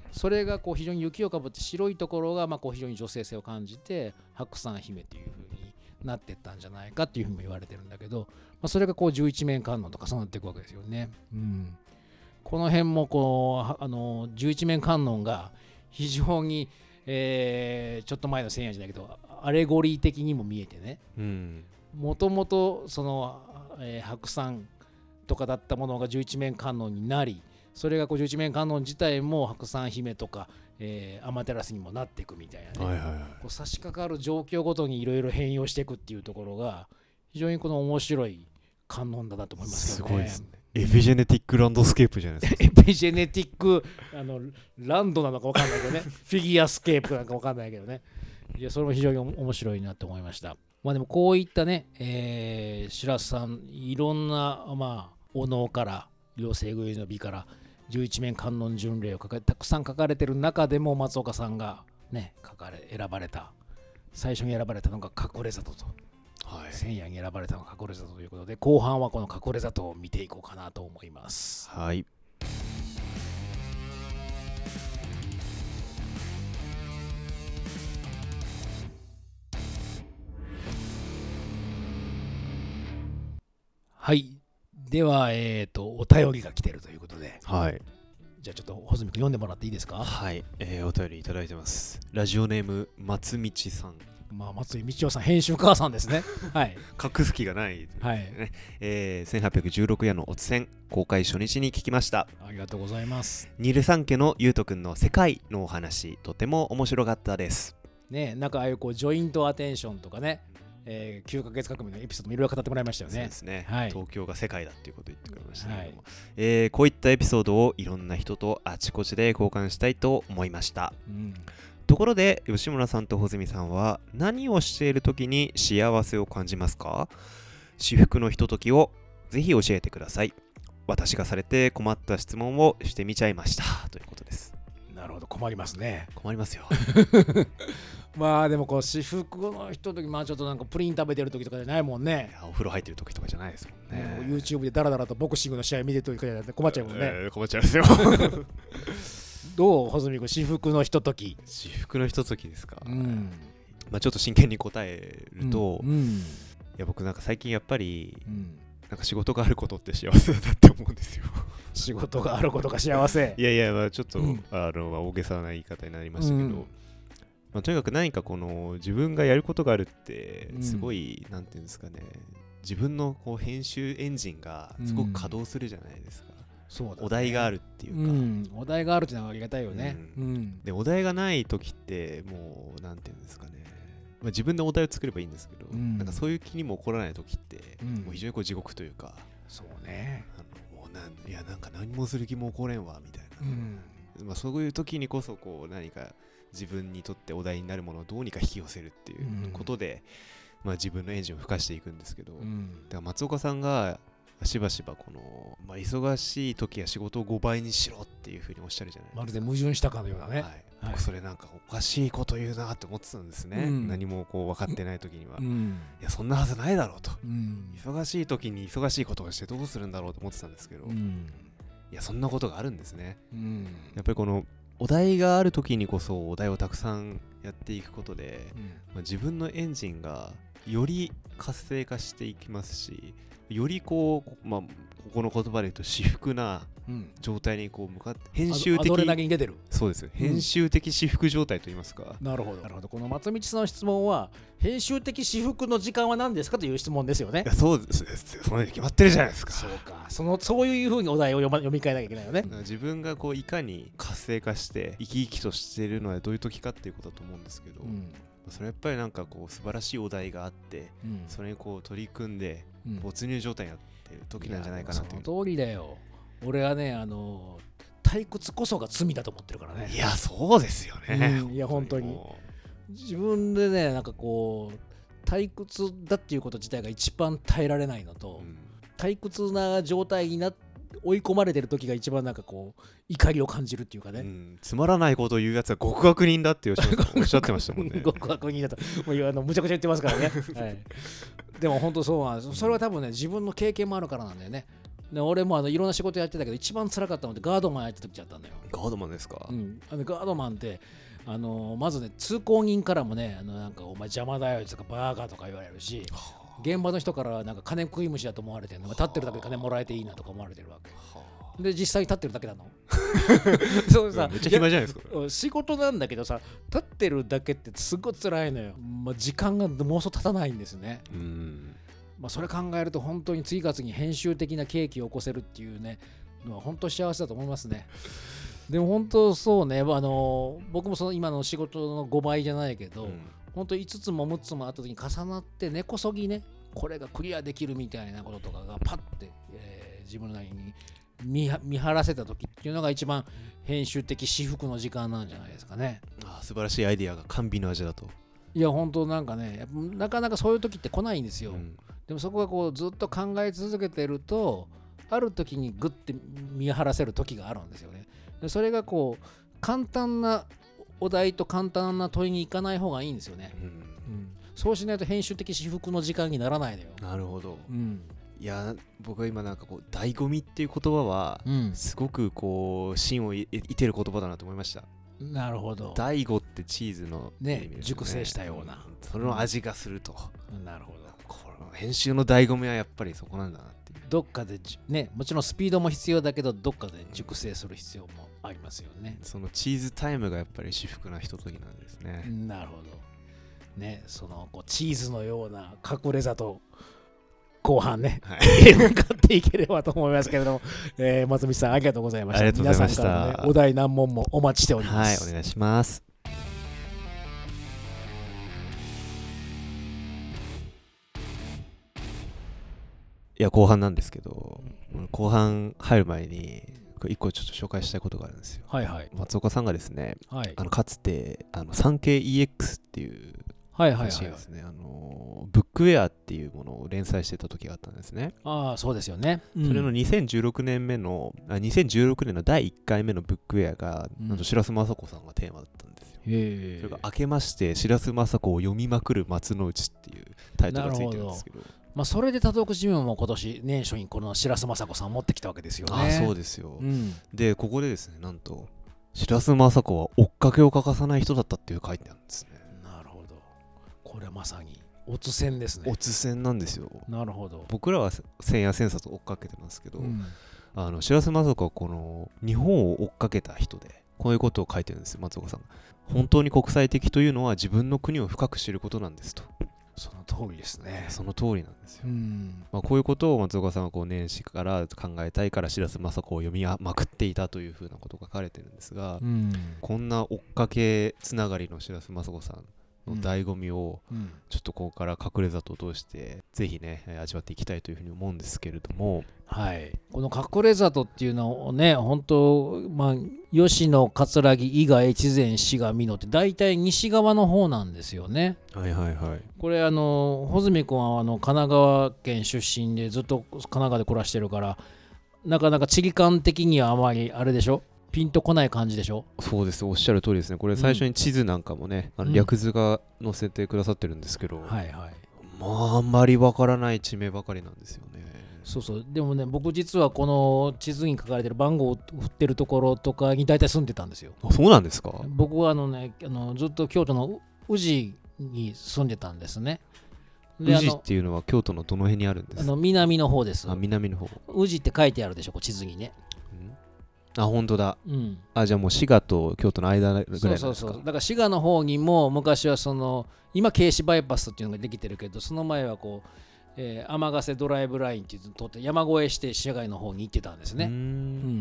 それがこう非常に雪をかぶって白いところがまあこう非常に女性性を感じて白山姫という風になっていったんじゃないかっていうふうにも言われてるんだけど、まあ、それがこう十一面観音と重なっていくわけですよね。うん、この辺もこうあの十一面観音が非常に、えー、ちょっと前の千夜じゃないけどアレゴリー的にも見えてね、もともとその、えー、白山とかだったものが十一面観音になり、それがこう十一面観音自体も白山姫とか、えー、アマテラスにもなっていくみたいなね、はいはいはい、こう差し掛かる状況ごとにいろいろ変容していくっていうところが非常にこの面白い観音だなと思いますけどね。すごいですね。 エピジェネティックランドスケープじゃないですか。 エピジェネティックあのランドなのか分かんないけどねフィギュアスケープなのか分かんないけどね、いやそれも非常に面白いなと思いました。まあでもこういったね、えー、白洲さんいろんなまあお能から両性具有の美から十一面観音巡礼をたくさん書かれてる中でも松岡さんがね書かれ選ばれた最初に選ばれたのが隠れ里と、はい、千夜に選ばれたのが隠れ里ということで、後半はこの隠れ里を見ていこうかなと思います。 はい。 はい。では、えーと、お便りが来てるということで、 はい。 じゃあちょっと穂積君読んでもらっていいですか？ はい、えー、お便りいただいてます。ラジオネーム松道さん。 まあ、松井道夫さん、編集母さんですね。はい。 隠す気がない、ね。 はい。 えー、せんはっぴゃくじゅうろく夜のおつせん公開初日に聞きました。 ありがとうございます。 ニル三家のゆうとくんの世界のお話、とても面白かったです。 ね、なんかああいうこうジョイントアテンションとかね。えー、きゅうかげつ革命のエピソードもいろいろ語ってもらいましたよね。 そうですね、はい、東京が世界だっていうことを言ってくれましたけども、はい、えー、こういったエピソードをいろんな人とあちこちで交換したいと思いました、うん、ところで吉村さんと穂積さんは何をしている時に幸せを感じますか？至福のひとときをぜひ教えてください。私がされて困った質問をしてみちゃいましたということです。 なるほど、困りますね。 困りますよまあでもこう至福のひととき、まあちょっとなんかプリン食べてる時とかじゃないもんね。 お風呂入ってる時とかじゃないですもんね。 YouTube でダラダラとボクシングの試合見てる時とかじゃなくて困っちゃうもんね、 えー、困っちゃいますよどう穂積君、至福のひととき？ 至福のひとときですか、うん、まあちょっと真剣に答えると、うんうん、いや僕なんか最近やっぱり、うん、なんか仕事があることって幸せだって思うんですよ仕事があることが幸せ。 いやいや、まあちょっと、うん、あのまあ、大げさな言い方になりましたけど、うん、まあ、とにかく何かこの自分がやることがあるってすごい、うん、なんていうんですかね、自分のこう編集エンジンがすごく稼働するじゃないですか、うん、そうだね、お題があるっていうか、うん、 お題があるっていうのはありがたいよね、 うんうん、でお題がない時ってもうなんていうんですかね、まあ、自分でお題を作ればいいんですけど、うん、なんかそういう気にも起こらない時って、うん、もう非常にこう地獄というか、 そうね、 あのもうなんいやなんか何もする気も起これんわみたいな、うん、まあ、そういう時にこそこう何か自分にとってお題になるものをどうにか引き寄せるっていうことで、うん、まあ、自分のエンジンを吹かしていくんですけど、うん、だから松岡さんがしばしばこの、まあ、忙しい時や仕事をごばいにしろっていうふうにおっしゃるじゃないですか。 まるで矛盾したかのようなね、はいはい、僕それなんかおかしいこと言うなって思ってたんですね、うん、何もこう分かってない時には、うん、いやそんなはずないだろうと、うん、忙しい時に忙しいことをしてどうするんだろうと思ってたんですけど、うん、いやそんなことがあるんですね、うん、やっぱりこのお題がある時にこそお題をたくさんやっていくことで、うん、まあ、自分のエンジンがより活性化していきますし、よりこう、まあ、ここの言葉で言うと至福な状態にこう向かって、うん、編集的アドレナリン出てる、 そうですよ、うん、編集的至福状態といいますか。 なるほどなるほど。この松道さんの質問は編集的至福の時間は何ですかという質問ですよね。 いやそうです、その決まってるじゃないですか。 そうか、そのそういうふうにお題を読、ま、読み替えなきゃいけないよね。 自分がこういかに活性化して生き生きとしているのはどういう時かっていうことだと思うんですけど、うん、それやっぱりなんかこう素晴らしいお題があって、うん、それにこう取り組んで没入状態になっている時なんじゃないかなという、 うん、その通りだよ。俺はね、あの退屈こそが罪だと思ってるからね。 いやそうですよね、 うん、いや本当に自分でね、なんかこう退屈だっていうこと自体が一番耐えられないのと、うん、退屈な状態になって追い込まれてる時が一番なんかこう怒りを感じるっていうかね、うん、 つまらないことを言うやつは極悪人だっておっしゃってましたもんね極悪人だともうあのむちゃくちゃ言ってますからね、はい、でも本当そうなんです。それは多分ね自分の経験もあるからなんだよね。 で俺もあのいろんな仕事やってたけど一番辛かったのってガードマンやってた時だったんだよ。 ガードマンですか？ うん、あのガードマンってあのー、まずね通行人からもねあのなんかお前邪魔だよとかバーガーとか言われるし、現場の人からなんか金食い虫だと思われてるの、立ってるだけで金もらえていいなとか思われてるわけで、実際立ってるだけなのそうさ、 めっちゃ暇じゃないですか。 仕事なんだけどさ、立ってるだけってすごい辛いのよ、まあ、時間がもうそう経たないんですね。うん、まあ、それ考えると本当に次々に編集的な契機を起こせるっていうねのは本当幸せだと思いますね。でも本当そうね、あの僕もその今の仕事のごばいじゃないけど、うん、本当いつつもむっつもあった時に重なって根こそぎねこれがクリアできるみたいなこととかがパッて、えー、自分なりに 見, 見張らせた時っていうのが一番編集的至福の時間なんじゃないですかね。 ああ、素晴らしいアイディアが甘美の味だと。 いや本当なんかね、なかなかそういう時って来ないんですよ、うん、でもそこがこうずっと考え続けてるとある時にグッて見張らせる時があるんですよね。でそれがこう簡単なお題と簡単な問いに行かない方がいいんですよね、うんうん、そうしないと編集的至福の時間にならないのよ。 なるほど、うん、いや僕は今なんかこう醍醐味っていう言葉はすごくこう芯をいてる言葉だなと思いました。 なるほど。 醍醐ってチーズの意味ですね、熟成したような、 うん、その味がすると、 うん、なるほど。 この編集の醍醐味はやっぱりそこなんだなっていう。 どっかでね、もちろんスピードも必要だけどどっかで熟成する必要もありますよね。 そのチーズタイムがやっぱり至福なひとときなんですね。 なるほどね。そのこうチーズのような隠れ里後半ね、はい、向かっていければと思いますけれども、えー、松道さんありがとうございました。 ありがとうございました。 皆さんから、ね、お題難問もお待ちしております。 はい、お願いします。いや後半なんですけど、後半入る前に一個ちょっと紹介したいことがあるんですよ。 はいはい、 松岡さんがですね、 はい、 あのかつてあの スリーケーイーエックス っていう話がですね、あのブックウェアっていうものを連載してた時があったんですね。 ああそうですよね、 うん、それのにせんじゅうろくねんめのあにせんじゅうろくねんのだいいっかいめのブックウェアが、うん、なんと白洲雅子さんがテーマだったんですよ。へそれが明けまして白洲雅子を読みまくる松の内っていうタイトルがついてるんですけど、 まあ、それで多読ジムも今年年初にこの白洲雅子さんを持ってきたわけですよね。 あそうですよ、うん、でここでですね、なんと白洲雅子は追っかけを欠かさない人だったっていう書いてあるんですね。 なるほど、これはまさにオツ戦ですね。 オツ戦なんですよ。 なるほど。 僕らは千夜千冊追っかけてますけど、うん、あの白洲雅子はこの日本を追っかけた人でこういうことを書いてるんですよ、松岡さんが。本当に国際的というのは自分の国を深く知ることなんですと。 その通りですね。 その通りなんですよ、うんまあ、こういうことを松岡さんはこう年始から考えたいから白洲雅子を読みまくっていたというふうなことが書かれてるんですが、うん、こんな追っかけつながりの白洲雅子さんの醍醐味をちょっとここから隠れ里を通してぜひね味わっていきたいというふうに思うんですけれども、 はい、この隠れ里っていうのをね本当まあ吉野葛城伊賀越前滋賀美濃って大体西側の方なんですよね。 はいはいはい。 これあの穂積君はあの神奈川県出身でずっと神奈川で暮らしてるからなかなか地理感的にはあまりあれでしょ、ピンとこない感じでしょ。 そうです、おっしゃる通りですね。これ最初に地図なんかもね、うん、あの略図が載せてくださってるんですけど、うん、はいはい、まああんまりわからない地名ばかりなんですよね。 そうそう、でもね僕実はこの地図に書かれてる番号を振ってるところとかに大体住んでたんですよ。 あ、そうなんですか。 僕はあのねあのずっと京都の宇治に住んでたんですね。 宇治っていうのは京都のどの辺にあるんですか。 あの南の方です。 あ、南の方。 宇治って書いてあるでしょ、こう地図にね。 あ、本当だ、うん、あ、じゃあもう滋賀と京都の間ぐらいなんですか。 そうそうそう、だから滋賀の方にも昔はその今京滋バイパスっていうのができてるけど、その前はこう、えー、天ヶ瀬ドライブラインっていうのを通って山越えして滋賀の方に行ってたんですね。うん、うん、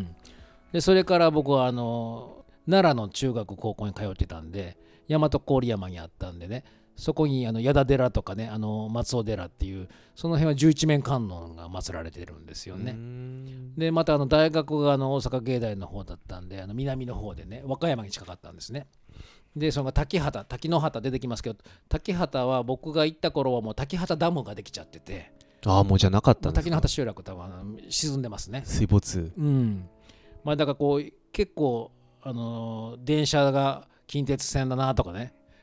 でそれから僕はあの奈良の中学高校に通ってたんで大和郡山にあったんでね、そこにあの矢田寺とかね、あの松尾寺っていうその辺は十一面観音が祀られてるんですよね。でまたあの大学があの大阪芸大の方だったんで、あの南の方でね和歌山に近かったんですね。でその滝畑滝の畑出てきますけど、滝畑は僕が行った頃はもう滝畑ダムができちゃってて、 ああもうじゃなかったんですか。 滝の畑集落多分沈んでますね、 水没。 うん、まあだからこう結構あのー、電車が近鉄線だなとかね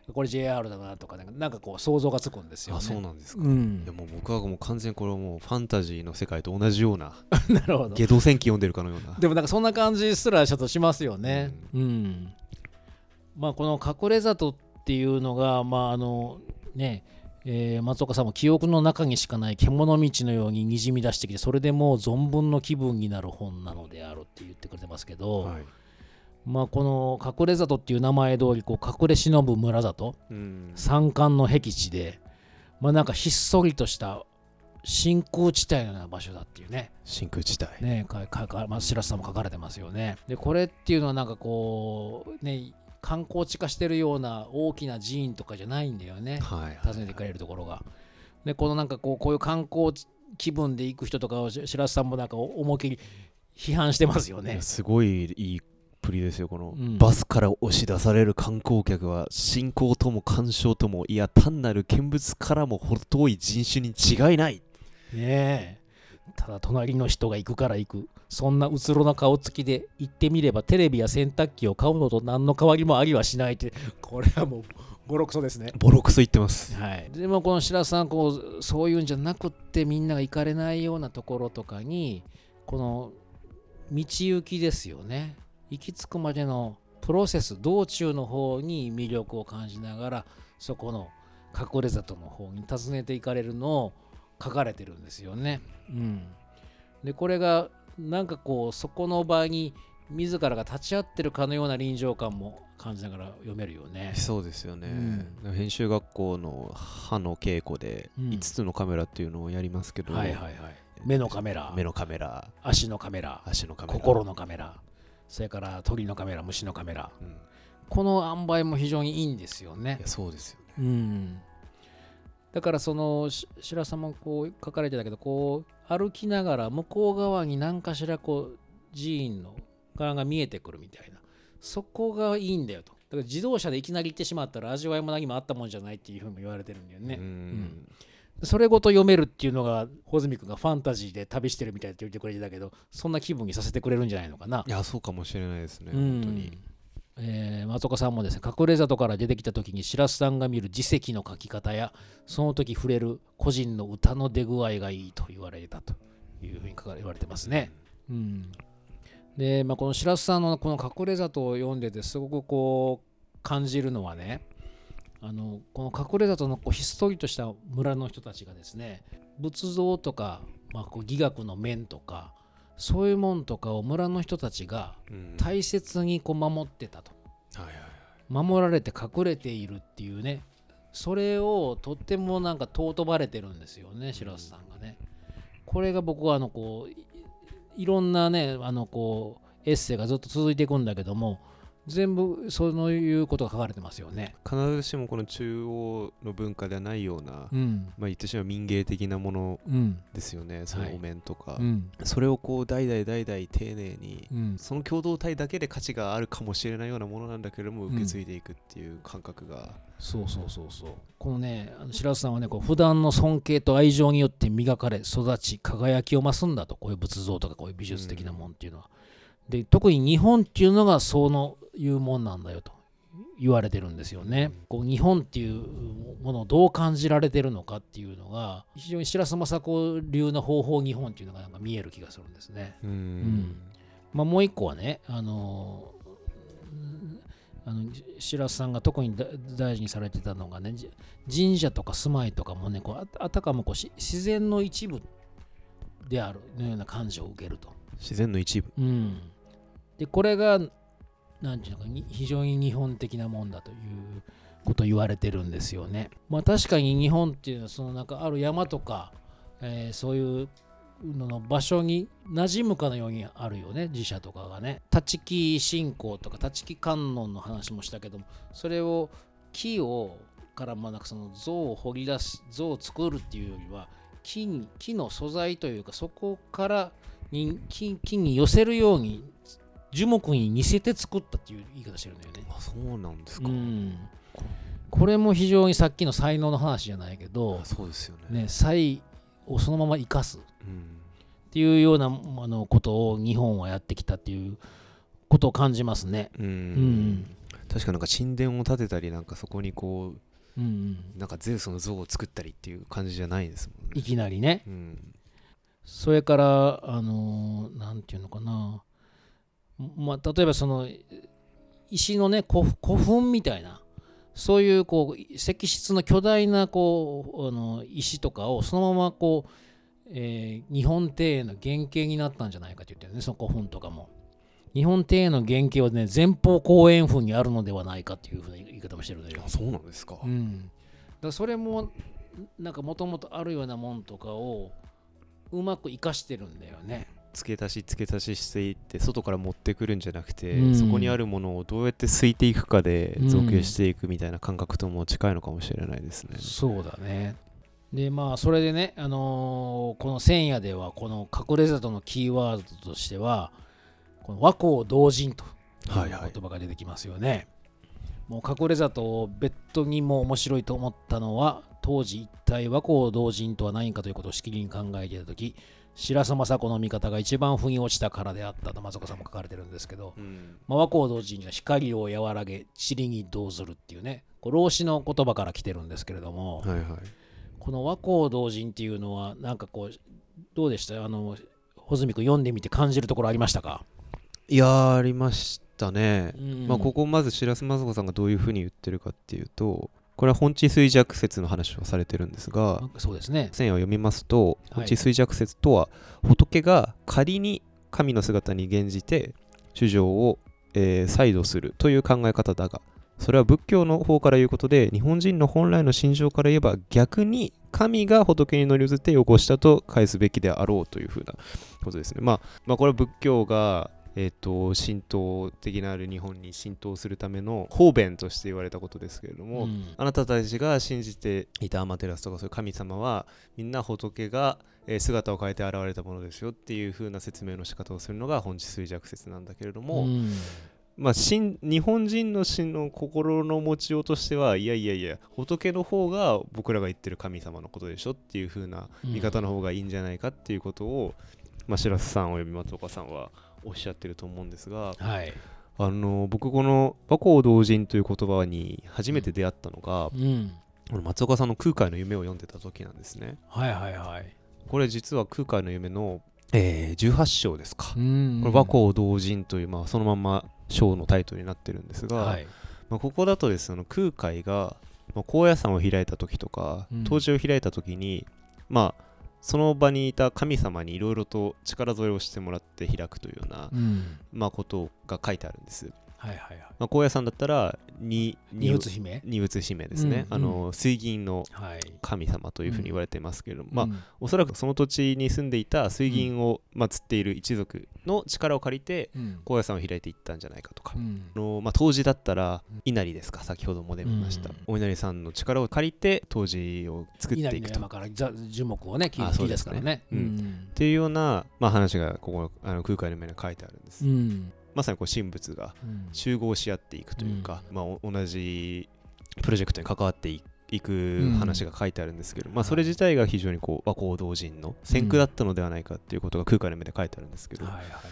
これ ジェイアール だなとかなんかこう想像がつくんですよね。 あ、そうなんですか。 うん、 いやもう僕はもう完全にこれはもうファンタジーの世界と同じようななるほど。 ゲド戦記読んでるかのような。 でもなんかそんな感じすらちょっとしますよね。うん、うん、まあこの隠れ里っていうのがまああのねえー、松岡さんも記憶の中にしかない獣道のようににじみ出してきて、それでもう存分の気分になる本なのであるって言ってくれてますけど、はい、まあこの隠れ里っていう名前通りこう隠れ忍ぶ村里、うん、山間の僻地で、まあなんかひっそりとした真空地帯のような場所だっていうね。 真空地帯ね、かかかまあ、白洲さんも書かれてますよね。でこれっていうのはなんかこうね観光地化してるような大きな寺院とかじゃないんだよね、はいはいはい、訪ねてくれるところが。でこのなんかこうこういう観光気分で行く人とかを白洲さんもなんか思いっきり批判してますよね。 すごいいいプリですよ。この、うん、バスから押し出される観光客は信仰とも鑑賞ともいや単なる見物からも程遠い人種に違いないねえ。ただ隣の人が行くから行く、そんなうつろな顔つきで行ってみればテレビや洗濯機を買うのと何の変わりもありはしないって、これはもうボロクソですね。 ボロクソ言ってます、 はい、でもこの白洲さんこうそういうんじゃなくってみんなが行かれないようなところとかにこの道行きですよね、行き着くまでのプロセス道中の方に魅力を感じながらそこの隠れ里の方に訪ねていかれるのを書かれてるんですよね。うん、でこれがなんかこうそこの場に自らが立ち会ってるかのような臨場感も感じながら読めるよね。 そうですよね、うん、編集学校の歯の稽古でいつつのカメラっていうのをやりますけど、うん、はいはいはい、 目のカメラ、 目のカメラ、 足のカメラ、 足のカメラ、 心のカメラ、それから鳥のカメラ、虫のカメラ、うん、この塩梅も非常にいいんですよね。 いやそうですよね、 うん、だからその白さんもこう書かれてたけどこう歩きながら向こう側に何かしらこう寺院の側が見えてくるみたいな、そこがいいんだよと。だから自動車でいきなり行ってしまったら味わいも何もあったもんじゃないっていうふうに言われてるんだよね。うん、うん、それごと読めるっていうのが穂積君がファンタジーで旅してるみたいって言ってくれてたけど、そんな気分にさせてくれるんじゃないのかな。 いやそうかもしれないですね、 うん、 本当に。 えー、松岡さんもですね、隠れ里から出てきた時に白洲さんが見る自責の書き方やその時触れる個人の歌の出具合がいいと言われたというふうに言われてますね。うん、で、まあ、この白洲さんのこの隠れ里を読んでてすごくこう感じるのはね、あのこの隠れ里のこうひっそりとした村の人たちがですね、仏像とか、まあ、こう伎楽の面とかそういうもんとかを村の人たちが大切にこう守ってたと、うんはいはいはい、守られて隠れているっていうね、それをとってもなんか尊ばれてるんですよね、白洲さんがね。これが僕はあのこう い, いろんなねあのこうエッセイがずっと続いていくんだけども、全部そういうことが書かれてますよね。 必ずしもこの中央の文化ではないような、うん、まあ、言ってしまう民芸的なものですよね、うん、そのお面とか、はい、うん、それをこう代々代々丁寧に、うん、その共同体だけで価値があるかもしれないようなものなんだけれども受け継いでいくっていう感覚が、うん、 そうそうそうそう。このね白洲さんはねこう普段の尊敬と愛情によって磨かれ育ち輝きを増すんだと、こういう仏像とかこういう美術的なもんっていうのは、うん、で特に日本っていうのがそのいうもんなんだよと言われてるんですよね。こう日本っていうものをどう感じられてるのかっていうのが非常に白洲雅子流の方法日本っていうのがなんか見える気がするんですね。うん、うん、まあ、もう一個はね、あのあの白洲さんが特に大事にされてたのがね、神社とか住まいとかもねこう あ, あたかもこう自然の一部であるのような感情を受けると。 自然の一部、 うん、でこれがなんていうのか非常に日本的なもんだということを言われてるんですよね。まあ確かに日本っていうのはそのなんかある山とか、えー、そういうのの場所に馴染むかのようにあるよね、寺社とかがね。立木信仰とか立木観音の話もしたけども、それを木をからまあなんかその像を掘り出す像を作るっていうよりは 木, に木の素材というかそこからに 木, 木に寄せるように樹木に似せて作ったっていう言い方してるんだよね。 あ、そうなんですか。うん、 これも非常にさっきの才能の話じゃないけど、 そうですよね。 ね、才をそのまま生かすっていうようなあのことを日本はやってきたっていうことを感じますね。うん、うん、 確かなんか神殿を建てたりなんかそこにこう、うんうん、なんかゼウスの像を作ったりっていう感じじゃないですもんね。 いきなりね、うん、それからあのー、なんていうのかな、まあ、例えばその石のね 古, 古墳みたいなそういうこう石室の巨大なこうあの石とかをそのままこう、えー、日本庭園の原型になったんじゃないかと言ってるね、その古墳とかも。日本庭園の原型はね、前方後円墳にあるのではないかというふうな言い方もしてるんだよ。 そうなんですか。 うん、だからそれもなんかもともとあるようなもんとかをうまく生かしてるんだよね。 付け足し付け足ししていって外から持ってくるんじゃなくて、うん、そこにあるものをどうやってすいていくかで造形していくみたいな感覚とも近いのかもしれないですね、うん、 そうだね。でまあそれでね、あのー、この千夜ではこの隠れ里のキーワードとしてはこの和光同人という言葉が出てきますよね、はいはい、もう隠れ里を別途にも面白いと思ったのは当時一体和光同人とは何かということをしきりに考えていたとき、白洲雅子の味方が一番腑に落ちたからであったと松岡さんも書かれてるんですけど、うんまあ、和光同人には光を和らげ塵に同ずるっていうね、こう老子の言葉から来てるんですけれども、はいはい、この和光同人っていうのはなんかこうどうでした？あの穂積君読んでみて感じるところありましたか？ いやありましたね、うんまあ、ここまず白洲雅子さんがどういうふうに言ってるかっていうと、これは本地衰弱説の話をされてるんですが、 そうですね、 線を読みますと、本地衰弱説とは、はい、仏が仮に神の姿に現じて衆生を、えー、再度するという考え方だが、それは仏教の方から言うことで、日本人の本来の心情から言えば逆に神が仏に乗り移って起こしたと返すべきであろうというふうなことですね。まあ、まあ、これは仏教がえー、と神道的なある日本に浸透するための方便として言われたことですけれども、うん、あなたたちが信じていたアマテラスとかそういう神様はみんな仏が姿を変えて現れたものですよっていう風な説明の仕方をするのが本地衰弱説なんだけれども、うんまあ、日本人の真の心の持ちようとしてはいやいやいや仏の方が僕らが言ってる神様のことでしょっていう風な見方の方がいいんじゃないかっていうことを、うんまあ、白洲さんおよび松岡さんはおっしゃってると思うんですが、はい、あの僕この和光同人という言葉に初めて出会ったのが、うんうん、松岡さんの空海の夢を読んでた時なんですね。 はいはいはい。 これ実は空海の夢の、えー、じゅうはち章ですか。うんうん、これ和光同人という、まあ、そのまま章のタイトルになってるんですが、はいまあ、ここだとですね、空海が、まあ、高野山を開いた時とか東寺を開いた時に、うん、まあその場にいた神様にいろいろと力添えをしてもらって開くというような、うんまあ、ことが書いてあるんです。はいはいはいまあ、高野山だったら二仏姫二仏姫ですね、うんうん、あの水銀の神様というふうに言われていますけれども、はいまあ、おそらくその土地に住んでいた水銀を祀っている一族の力を借りて高野山を開いていったんじゃないかとか、うんあのまあ、当時だったら稲荷ですか、先ほども出ました、うん、お稲荷さんの力を借りて当時を作っていくと、稲荷の山から樹木をね切り出すからね、 うんうん、っていうような、まあ、話がここあの空海の目に書いてあるんです、うんまさにこう神仏が集合し合っていくというか、うんまあ、同じプロジェクトに関わっていく話が書いてあるんですけど、うんまあ、それ自体が非常にこう和光同人の先駆だったのではないかっていうことが空海の目で書いてあるんですけど、うんはいはいはい、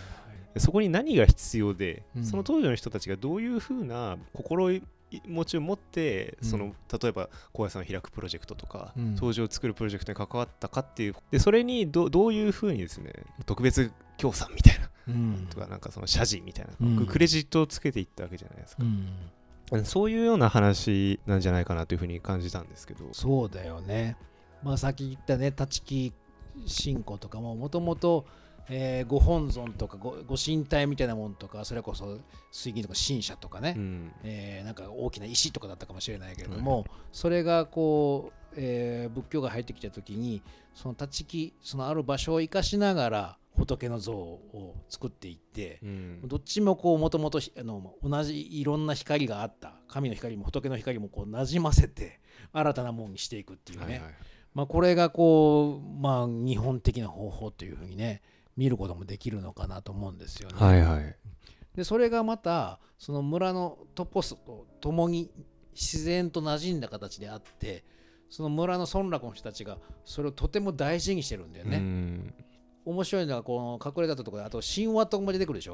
そこに何が必要で、うん、その当時の人たちがどういうふうな心持ちを持ってその、うん、例えば高野山を開くプロジェクトとか東寺を作るプロジェクトに関わったかっていうで、それに ど, どういうふうにですね特別協賛みたいな、うん、とかなんかその謝辞みたいな、うん、クレジットをつけていったわけじゃないですか、うん、そういうような話なんじゃないかなというふうに感じたんですけど。 そうだよね、まあ、さっき言ったね立木信仰とかももともとえー、ご本尊とか ご, ご神体みたいなものとか、それこそ水銀とか神社とかね、うんえー、なんか大きな石とかだったかもしれないけれども、はい、それがこう、えー、仏教が入ってきた時にその立木そのある場所を生かしながら仏の像を作っていって、うん、どっちもこうもともと同じいろんな光があった神の光も仏の光もこうなじませて新たなものにしていくっていうね、はいはいまあ、これがこう、まあ、日本的な方法というふうにね見ることもできるのかなと思うんですよね。はいはい、でそれがまたその村のトポスとともに自然と馴染んだ形であって、その村の村落の人たちがそれをとても大事にしてるんだよね。うん面白いのがこの隠れたところであと神話とかも出てくるでしょ。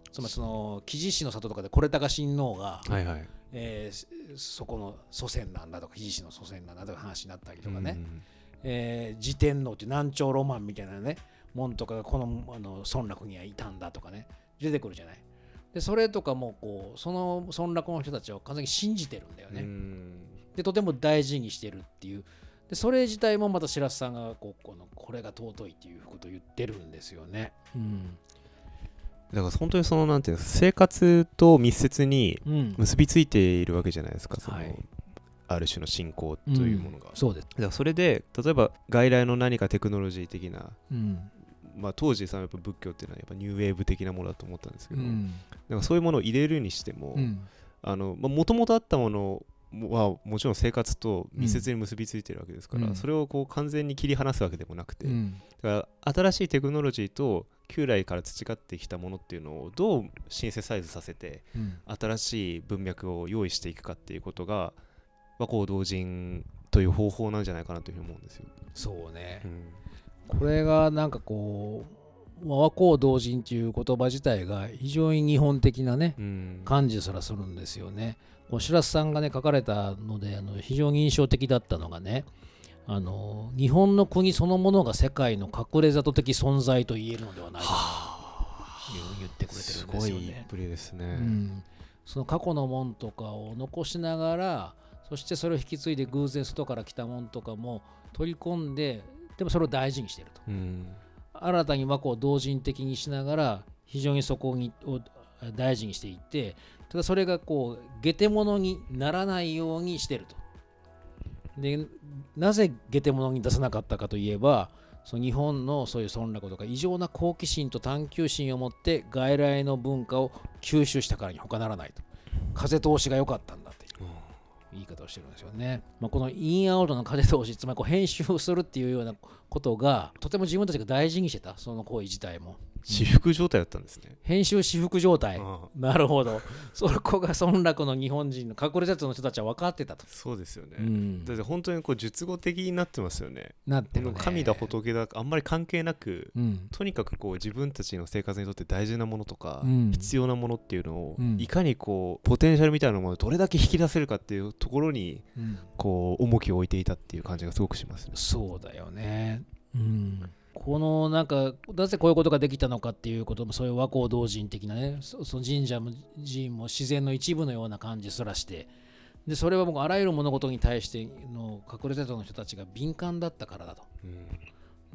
つまりその木地師の里とかで是高親王が、 はいはい、 えー、そこの祖先なんだとか木地師の祖先なんだとか話になったりとかね、うん、えー、自天王っていう南朝ロマンみたいなね門とかがこの、あの村落にはいたんだとかね出てくるじゃない。でそれとかもこうその村落の人たちは完全に信じてるんだよね。うんでとても大事にしてるっていう。でそれ自体もまた白洲さんがこうこのこれが尊いっていうことを言ってるんですよね。うん、 だから本当にそのなんていうの生活と密接に結びついているわけじゃないですか、うん、その、はい、ある種の信仰というものが、 うん、そうです。 だからそれで例えば外来の何かテクノロジー的な、うんまあ、当時さやっぱ仏教っていうのはやっぱニューウェーブ的なものだと思ったんですけど、うん、なんかそういうものを入れるにしてももともとあったものはもちろん生活と密接に結びついてるわけですから、うん、それをこう完全に切り離すわけでもなくて、うん、だから新しいテクノロジーと旧来から培ってきたものっていうのをどうシンセサイズさせて、うん、新しい文脈を用意していくかっていうことが和光同人という方法なんじゃないかなというふうに思うんですよ。 そうね、うん、これがなんかこう和光同人という言葉自体が非常に日本的なね、うん、感じすらするんですよね。白洲さんがね書かれたのであの非常に印象的だったのがね、あの日本の国そのものが世界の隠れ里的存在と言えるのではないかと言ってくれてるんですよね。 すごいプレーですね、 うん、その過去のもんとかを残しながらそしてそれを引き継いで偶然外から来たもんとかも取り込んででもそれを大事にしていると、うん、新たに和光同人的にしながら非常にそこにを大事にしていってただそれがこう下手物にならないようにしてると。でなぜ下手物に出さなかったかといえばその日本のそういう村落とか異常な好奇心と探求心を持って外来の文化を吸収したからに他ならないと。風通しが良かったんだっていう言い方をしてるんですよね。まあ、このインアウトの風通しつまりこう編集するっていうようなことがとても自分たちが大事にしてたその行為自体も私服状態だったんですね。 編集私服状態。ああなるほど。そこが村落の日本人の隠れ里の人たちは分かってたと。 そうですよね。うん、だって本当にこう術語的になってますよね。 なってるね。 神だ仏だあんまり関係なく、うん、とにかくこう自分たちの生活にとって大事なものとか、うん、必要なものっていうのを、うん、いかにこうポテンシャルみたいなものをどれだけ引き出せるかっていうところに、うん、こう重きを置いていたっていう感じがすごくしますね。 そうだよね。うん。このなんかなぜこういうことができたのかっていうこともそういう和光同人的なねその神社も寺院も自然の一部のような感じすらしてでそれは僕あらゆる物事に対しての隠れ里の人たちが敏感だったからだと、うん、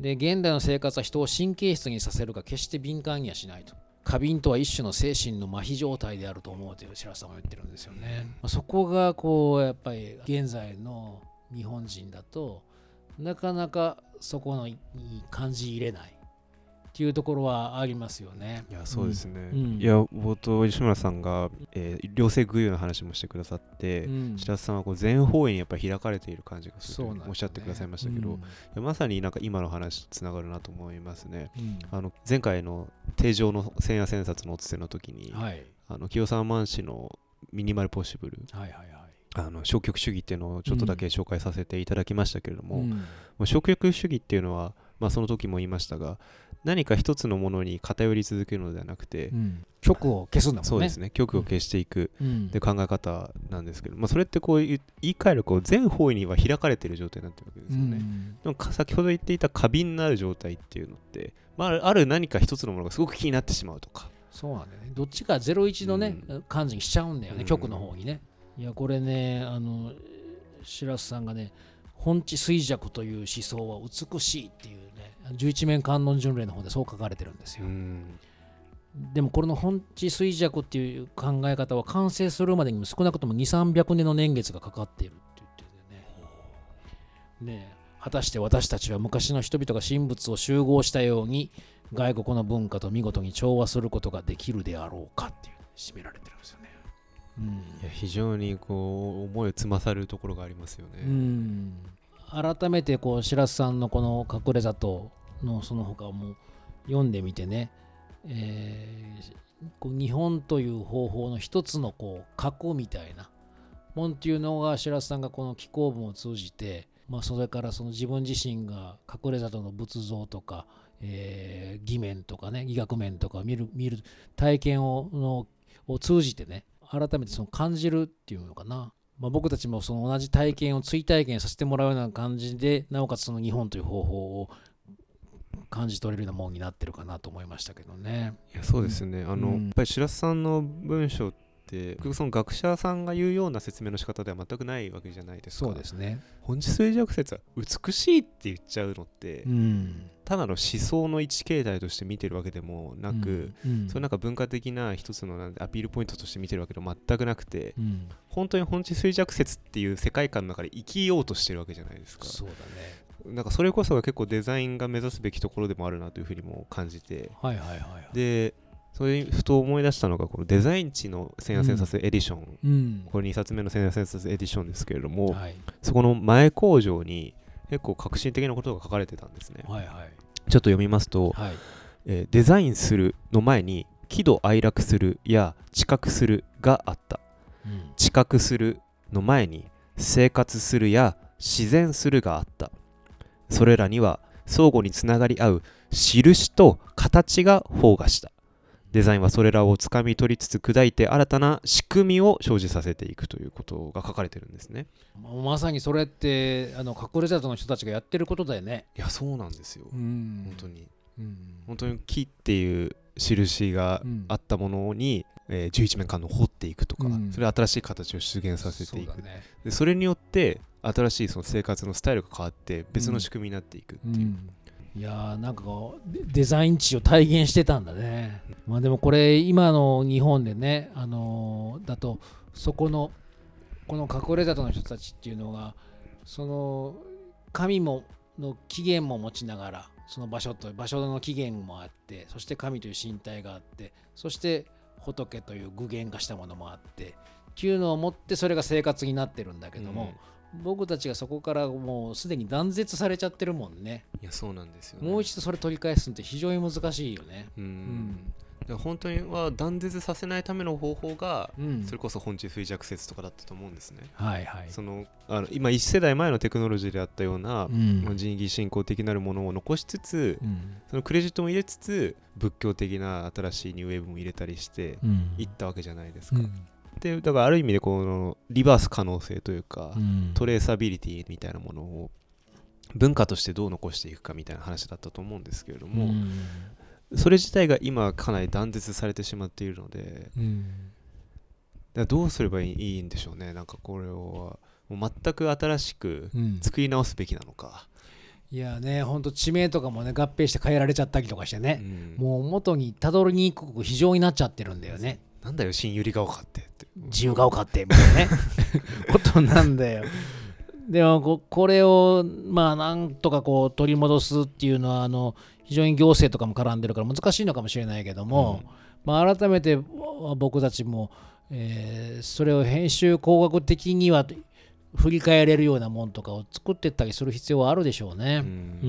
で現代の生活は人を神経質にさせるが決して敏感にはしないと過敏とは一種の精神の麻痺状態であると思うという白洲さんは言ってるんですよね、うん、そこがこうやっぱり現在の日本人だとなかなかそこのに感じ入れないっていうところはありますよね。 いやそうですね、うん、いや冒頭吉村さんが、えー、両性具有の話もしてくださって、うん、白洲さんはこう全方位にやっぱり開かれている感じがすると、ね、おっしゃってくださいましたけど、うん、いやまさになんか今の話とつながるなと思いますね、うん、あの前回の定常の千夜千冊のおつての時に、はい、あの清沢満氏のミニマルポッシブル、はいはいはいあの消極主義っていうのをちょっとだけ紹介させていただきましたけれども、うんまあ、消極主義っていうのは、まあ、その時も言いましたが何か一つのものに偏り続けるのではなくて、うん、 極を消すんだもんね。 そうですね極を消していく、うん、で考え方なんですけど、まあ、それってこう言い換えるこう全方位には開かれている状態になってるわけですよね、うん、でも先ほど言っていた過敏なる状態っていうのって、まあ、ある何か一つのものがすごく気になってしまうとかそうなんだよねどっちかゼロイチのね、うん、感じにしちゃうんだよね、極の方にね。いやこれねあの白洲さんがね本地衰弱という思想は美しいっていうね十一面観音巡礼の方でそう書かれてるんですよ。でもこれの本地衰弱っていう考え方は完成するまでにも少なくともにせんさんびゃくねんの年月がかかっているって言ってるんだよね。ねえ果たして私たちは昔の人々が神仏を集合したように外国の文化と見事に調和することができるであろうかっていう締められてるんですよね。 うん、いや非常にこう思いをつまさるところがありますよね。 うん改めてこう白洲さんのこの隠れ里のその他も読んでみてね、えー、こう日本という方法の一つのこう核みたいなもんっていうのが白洲さんがこの紀行文を通じて、まあ、それからその自分自身が隠れ里の仏像とか、 えー、義面とかね、義学面とかを見る見る体験をのを通じてね、改めてその感じるっていうのかな、まあ、僕たちもその同じ体験を追体験させてもらうような感じで、なおかつその日本という方法を感じ取れるようなものになってるかなと思いましたけどね。 いやそうですね、うん、あの、うん、やっぱり白洲さんの文章ってその学者さんが言うような説明の仕方では全くないわけじゃないですか。 そうですね。 本地水弱説は美しいって言っちゃうのって、うん、ただの思想の一形態として見てるわけでもなく、うんうん、それなんか文化的な一つのなんアピールポイントとして見てるわけでも全くなくて、うん、本当に本地水弱説っていう世界観の中で生きようとしてるわけじゃないですか。 そうだね。 なんかそれこそが結構デザインが目指すべきところでもあるなというふうにも感じて、 はいはいはいはい、 でそれふと思い出したのがこのデザイン誌の千夜千冊エディション、うん、これにさつめの千夜千冊エディションですけれども、はい、そこの前工場に結構革新的なことが書かれてたんですね、はいはい、ちょっと読みますと、はい、えー、デザインするの前に喜怒哀楽するや知覚するがあった、うん、知覚するの前に生活するや自然するがあった。それらには相互につながり合う印と形が包括した。デザインはそれらをつかみ取りつつ砕いて新たな仕組みを生じさせていくということが書かれてるんですね。 まさにそれってあの隠れ里の人たちがやってることだよね。 いやそうなんですよ、うん、本当に、うん、本当に木っていう印があったものに、うん、えー、じゅういちめんかんの掘っていくとか、うん、それ新しい形を出現させていく。 そ, ね、でそれによって新しいその生活のスタイルが変わって別の仕組みになっていくっていう、うんうん、いやーなんかこうデザイン値を体現してたんだね、まあ、でもこれ今の日本でね、あのー、だとそこのこの隠れ里の人たちっていうのがその神もの起源も持ちながらその場所と場所の起源もあって、そして神という身体があって、そして仏という具現化したものもあってっていうのを持ってそれが生活になってるんだけども、うん、僕たちがそこからもうすでに断絶されちゃってるもんね。 いやそうなんですよね。 もう一度それ取り返すのって非常に難しいよね。うん、 うん本当には断絶させないための方法が、うん、それこそ本地水弱説とかだったと思うんですね、はいはい、そのあの今いち世代前のテクノロジーであったような、うん、人為信仰的なるものを残しつつ、うん、そのクレジットも入れつつ仏教的な新しいニューウェーブも入れたりしていったわけじゃないですか、うん、でだからある意味でこのリバース可能性というか、うん、トレーサビリティみたいなものを文化としてどう残していくかみたいな話だったと思うんですけれども、うんそれ自体が今かなり断絶されてしまっているので、うん、だどうすればいいんでしょうね。なんかこれをもう全く新しく作り直すべきなのか、 うん、いやねほんと地名とかもね合併して変えられちゃったりとかしてね、うん、もう元にたどりにくく非常になっちゃってるんだよね。 なんだよ新百合ヶ丘ってって自由が丘ってみたいなねことなんだよ。でも こ, これをまあなんとかこう取り戻すっていうのはあの非常に行政とかも絡んでるから難しいのかもしれないけども、うんまあ、改めて僕たちも、えー、それを編集工学的には振り返れるようなものとかを作っていったりする必要はあるでしょうね。うんうん、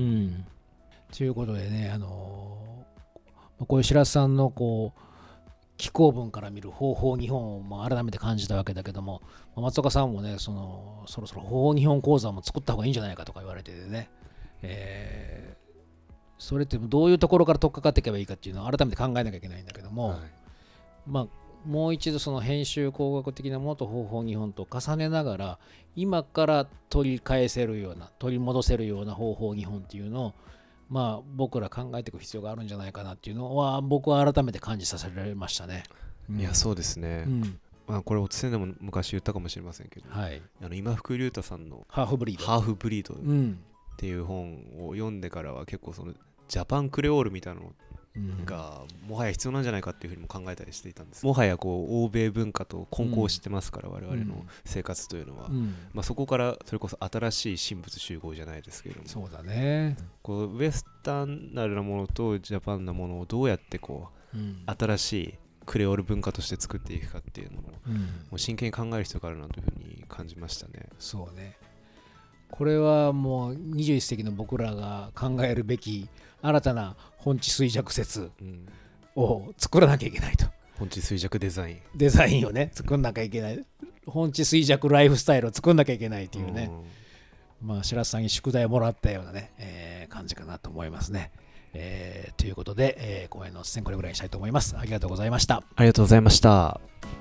ということでね、あのー、こういう白洲さんのこう気候文から見る方法日本をも改めて感じたわけだけども、松岡さんもね そ, のそろそろ方法日本講座も作った方がいいんじゃないかとか言われててね、えーそれってどういうところから取っかかっていけばいいかっていうのを改めて考えなきゃいけないんだけども、はい、まあもう一度その編集工学的なものと方法日本と重ねながら今から取り返せるような取り戻せるような方法日本っていうのをまあ僕ら考えていく必要があるんじゃないかなっていうのは僕は改めて感じさせられましたね。 うん、いやそうですね、うんまあ、これおつせんでも昔言ったかもしれませんけど、はい、あの今福龍太さんのハーフブリードハーフブリードっていう本を読んでからは結構そのジャパンクレオールみたいなのがもはや必要なんじゃないかっていうふうにも考えたりしていたんです。もはやこう欧米文化と混交してますから、うん、我々の生活というのは、うんまあ、そこからそれこそ新しい神仏集合じゃないですけれども、 そうだね、 こうウエスタンなるものとジャパンなものをどうやってこう、うん、新しいクレオール文化として作っていくかっていうのを、うん、もう真剣に考える必要があるなというふうに感じましたね。 そうね、これはもうにじゅういっ世紀の僕らが考えるべき新たな本地水弱説を作らなきゃいけないと、うん、 本地水弱デザインデザインをね作んなきゃいけない、本地水弱ライフスタイルを作んなきゃいけないっていうね、うん、まあ白洲さんに宿題をもらったようなね、えー、感じかなと思いますね。 えー、ということで、えー、今夜の出演これぐらいにしたいと思います。ありがとうございました。 ありがとうございました。